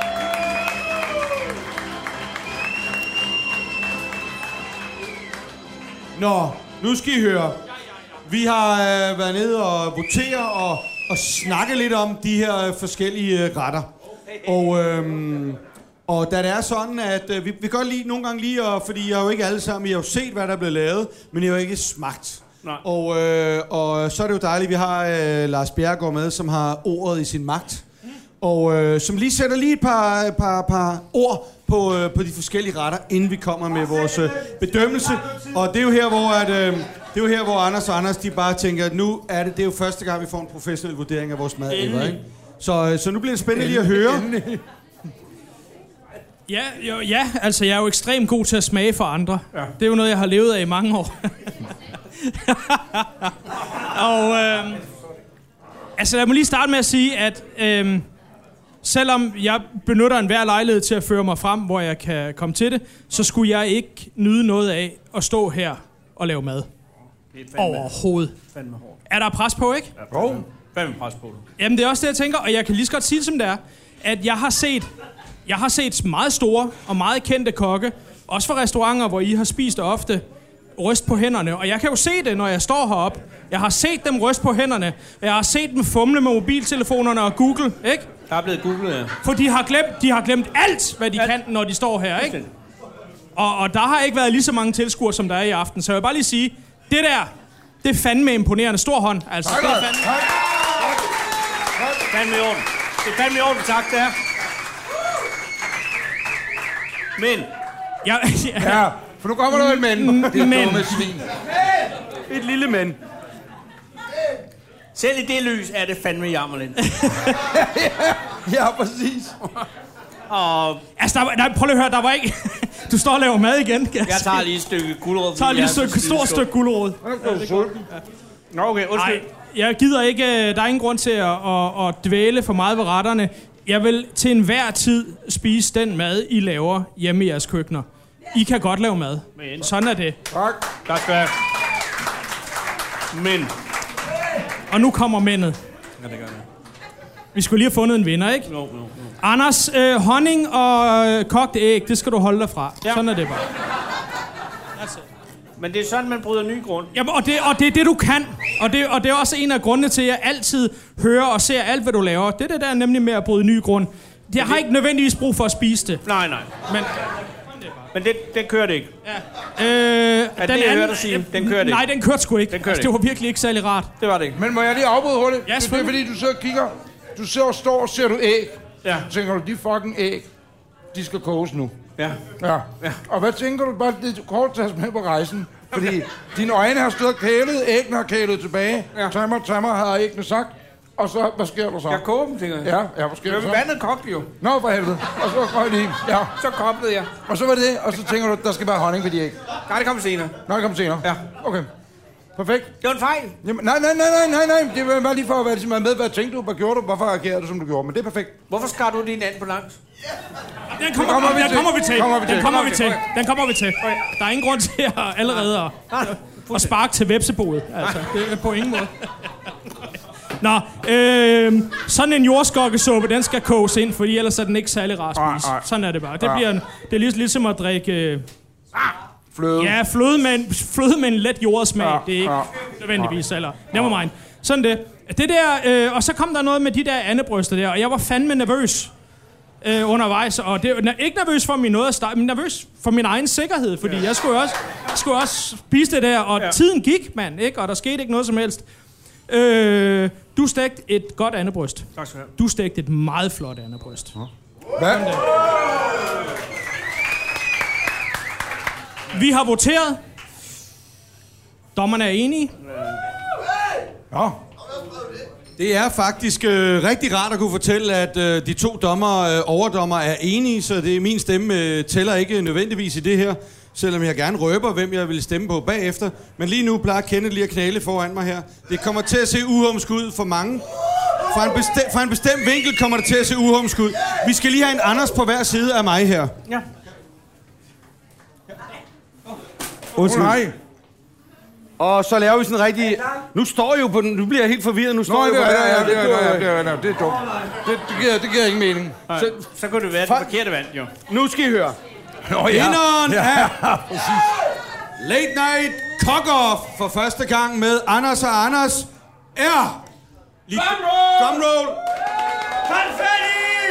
Nå, nu skal I høre. Vi har øh, været nede og votere og, og snakke lidt om de her øh, forskellige øh, retter. Og, øhm, og da det er sådan, at øh, vi, vi kan godt lide nogle gange lige, og, fordi jeg har jo ikke alle sammen, I har jo set, hvad der er blevet lavet, men jeg har jo ikke smagt. Nej. Og, øh, og så er det jo dejligt, at vi har øh, Lars Bjergård med, som har ordet i sin magt. Og øh, som lige sætter lige et par, par, par ord på, øh, på de forskellige retter, inden vi kommer med vores øh, bedømmelse. Og det er jo her, hvor at, øh, det er jo her, hvor Anders og Anders, de bare tænker, at nu er det, det er jo første gang, vi får en professionel vurdering af vores mad. Ever, ikke? Så, øh, så nu bliver det spændende lige at høre. Ja, jo, ja, altså jeg er jo ekstremt god til at smage for andre. Ja. Det er jo noget, jeg har levet af i mange år. Og øh, altså jeg må lige starte med at sige, at øh, selvom jeg benytter enhver lejlighed til at føre mig frem, hvor jeg kan komme til det, så skulle jeg ikke nyde noget af at stå her og lave mad. Overhovedet. Fandme hårdt. Er der pres på, ikke? Ja, oh. Fandme pres på det. Jamen det er også det, jeg tænker, og jeg kan lige så godt sige det, som det er, at jeg har set, jeg har set meget store og meget kendte kokke, også fra restauranter, hvor I har spist ofte, ryste på hænderne. Og jeg kan jo se det, når jeg står heroppe. Jeg har set dem ryste på hænderne. Jeg har set dem fumle med mobiltelefonerne og Google, ikke? Der er blevet googlet, ja. For de har glemt, de har glemt alt, hvad de alt. kan, når de står her, ikke? Og, og der har ikke været lige så mange tilskuere, som der er i aften. Så jeg vil bare lige sige, det der, det er fandme imponerende. Stor hånd, altså. Tak, det er fandme... tak. Fandme i orden. Det er fandme i orden, tak, det er. Men... Ja, ja. Ja, for nu kommer der et men. Det er men. dumme svin. Et lille men. Selv i det lys er det fandme jammerligt. ja, ja, præcis. Og... Altså, der, nej, prøv lige at høre, der var ikke... Du står og laver mad igen. Jeg tager lige et stykke gulerod. Jeg tager lige et stykke, stort stykke gulerod. Nå, okay, undskyld. Nej, jeg gider ikke... Der er ingen grund til at, at, at dvæle for meget ved retterne. Jeg vil til enhver tid spise den mad, I laver hjemme i jeres køkkener. I kan godt lave mad. Men. Sådan er det. Tak. Tak skal jeg. Men. Og nu kommer mændet. Ja, det gør det. Vi skulle lige have fundet en vinder, ikke? No, no, no. Anders, øh, honning og øh, kogte æg, det skal du holde dig fra. Ja. Sådan er det bare. Men det er sådan, man bryder ny grund. Jamen, og det, og det er det, du kan. Og det, og det er også en af grundene til, at jeg altid hører og ser alt, hvad du laver. Det er det der nemlig med at bryde ny grund. Jeg har ikke nødvendigvis brug for at spise det. Nej, nej. Men, Men det, det kører det ikke. ja. øh, Er det, jeg hørte dig sige? Den kører det Nej, ikke. den kørte sgu ikke. Den kørte altså, det var virkelig ikke særlig rart. Det var det ikke. Men må jeg lige afbryde hurtigt? Ja, det er selvfølgelig. fordi, du så kigger... Du ser og står og ser du æg. Ja. Så tænker du, de fucking æg, de skal koges nu. Ja. Ja. ja. Og hvad tænker du bare, det er kort tages med på rejsen? Fordi dine øjne har stået kælet, æggene har kælet tilbage. Ja. Tammer, tammer har æggene sagt. Og så, hvad sker der så? Jeg koger dem, tænker jeg. Ja, ja, hvad sker der så? Men vandet kogte jo. Nå, for helvede. Og så røg det i. Ja. Så koblede jeg. Og så var det det, og så tænker du, der skal være honning på de æg. Nej, det kommer senere. Nå, det kommer senere. Ja. Okay. Perfekt. Det var en fejl. Jamen, nej, nej, nej, nej, nej, nej. Det var bare lige for at være ligesom, med, hvad tænkte du, hvad gjorde du, hvorfor agerede du, som du gjorde. Men det er perfekt. Hvorfor skar du din and på langs? Den kommer, kommer vi den til. kommer vi til. Kommer vi til. Den kommer vi Okay. til. Den kommer vi til. Der er ingen grund til at allerede at, at sparke til vepseboet. Altså, det er på ingen måde. Nå, øh, sådan en jordskokkesuppe, den skal koges ind, fordi ellers er den ikke særlig rar at spise. Sådan er det bare. Det, bliver en, det er ligesom, ligesom at drikke... Øh, Fløde. Ja, fløde med, en, fløde med en let jordsmag. Ja, Det er ikke ja. nødvendigvis, eller... Never mind. Sådan det. Det der, øh, og så kom der noget med de der andebryster der, og jeg var fandme nervøs øh, undervejs. Og det er ikke nervøs for min noget at starte, men nervøs for min egen sikkerhed, fordi jeg skulle også, skulle også spise det der, og ja. Tiden gik, mand, ikke? Og der skete ikke noget som helst. Øh, du stegte et godt andebryst. Tak skal du have. Du stegte et meget flot andebryst. Hvad? Vi har voteret. Dommerne er enige. Ja. Det er faktisk øh, rigtig rart at kunne fortælle, at øh, de to dommer, øh, overdommer er enige, så det er min stemme øh, tæller ikke nødvendigvis i det her, selvom jeg gerne røber, hvem jeg vil stemme på bagefter. Men lige nu plejer Kenneth lige at knæle foran mig her. Det kommer til at se uhumsk ud for mange. Fra en, bestem, fra en bestemt vinkel kommer det til at se uhumsk ud. Vi skal lige have en Anders på hver side af mig her. Ja. Undskyld. Oh, nej. Og så laver vi sådan en rigtig... Nu står jeg jo på den... Nu bliver jeg helt forvirret. Nu står Nå, jeg det på er, den. ja, det er, det er, det er, det er, det er dumt. Det, det, giver, det giver ikke mening. Så, så kunne det være det forkerte vand, jo. Nu skal I høre. Nå, ja. Vinderen Ja, af Late Night Cock-Off for første gang med Anders og Anders er... Drumroll! Drumroll! Konfetti!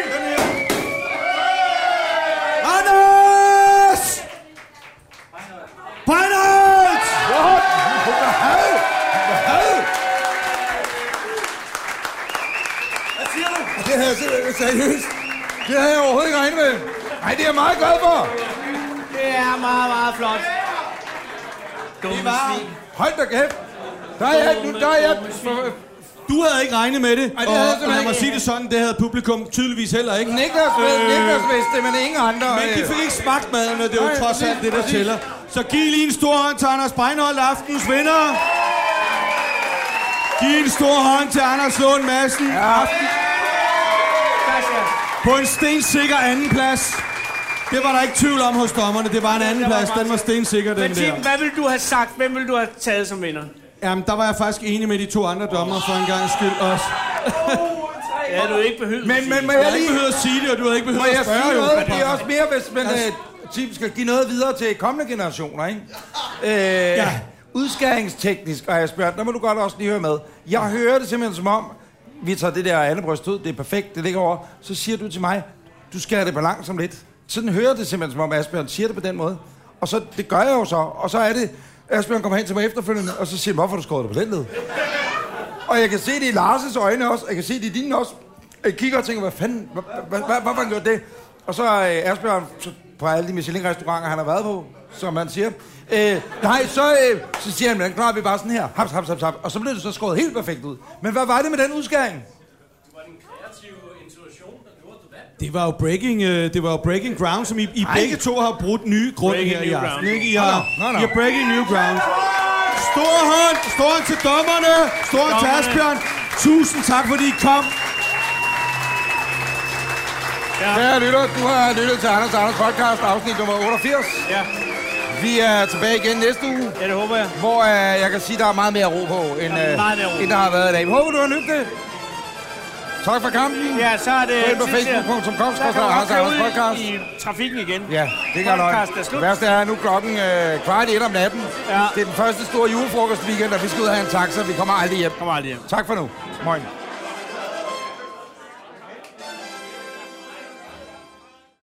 Anders! Breinholt! Hvad siger du? Det havde jeg seriøst. seriøst. Det havde jeg overhovedet ikke regnet med. Nej, det er jeg meget glad for. Det er meget, meget flot. Dumme svin. Hold da kæft. Der er jeg, nu, der er jeg... Du havde ikke regnet med det, Ej, det og, havde jeg og simpelthen lad mig ikke. sige det sådan, det havde publikum tydeligvis heller ikke. Niklas, øh, Niklas vidste, men ingen andre. Men de fik ikke smagt maden, og det er jo Nej, trods alt det, der præcis. tæller. Så giv lige en stor hånd til Anders Breinholt, aftens vinder. Giv en stor hånd til Anders Lund Madsen. Ja. På en stensikker anden plads. Det var der ikke tvivl om hos dommerne. Det var en anden plads. Den var stensikker, den Men Tim, der. hvad ville du have sagt? Hvem ville du have taget som vinder? Jamen, der var jeg faktisk enig med de to andre dommer for en gang skyld også. Ja, du ikke behøvet. Men, men må Jeg jeg havde ikke lige... behøvet at sige det, og du havde ikke Må behøvet jeg at spørge. sige jo. noget? Det er også mere, hvis man øh, Tim skal give noget videre til kommende generationer, ikke? Øh, ja. Udskæringsteknisk, og Asbjørn, der må du godt også lige høre med. Jeg hører det simpelthen som om, vi tager det der andet bryst ud, det er perfekt, det ligger over. Så siger du til mig, du skærer det på langsomt lidt. Sådan hører det simpelthen som om, Asbjørn siger det på den måde. Og så, det gør jeg jo så, og så er det, Asbjørn kommer hen til mig efterfølgende, og så siger han, hvorfor har du skåret det på den led? Og jeg kan se det i Lars' øjne også, og jeg kan se det i dine også. Jeg kigger og tænker, hvad fanden, hvorfor har han gjort det? Og så er Asbjørn på alle de Michelin-restauranter, han har været på, som man siger. Øh, nej, så, øh, så siger han, hvordan klarer vi bare sådan her? Haps, haps, haps, haps. Og så blev det så skåret helt perfekt ud. Men hvad var det med den udskæring? Det var den kreative intuition, der gjorde det vand. Det var jo breaking, uh, det var jo breaking ground, som I, I begge to har brudt nye grunde her i aften. Ikke? I har, no, no, no. I har breaking new ground. Stor hånd, stor hånd til dommerne, stor hånd til Asbjørn. Tusind tak, fordi I kom. Ja. Kære lytter, du har lyttet til Anders Anders podcast, afsnit nummer otteogfirs. Ja. Vi er tilbage igen næste uge. Ja, det håber jeg. Hvor uh, jeg kan sige, der er meget mere ro på, end, uh, end der har været i dag. Vi håber, du har nydt det. Tak for kampen. Ja, så er det... Gå ind på facebook punktum com podcast. i trafikken igen. Ja, det kan jeg Det værste er nu klokken uh, kvart et om natten. Ja. Det er den første store julefrokostweekend, og vi skal ud og have en taxa. Vi kommer aldrig hjem. Kommer aldrig hjem. Tak for nu. Moin.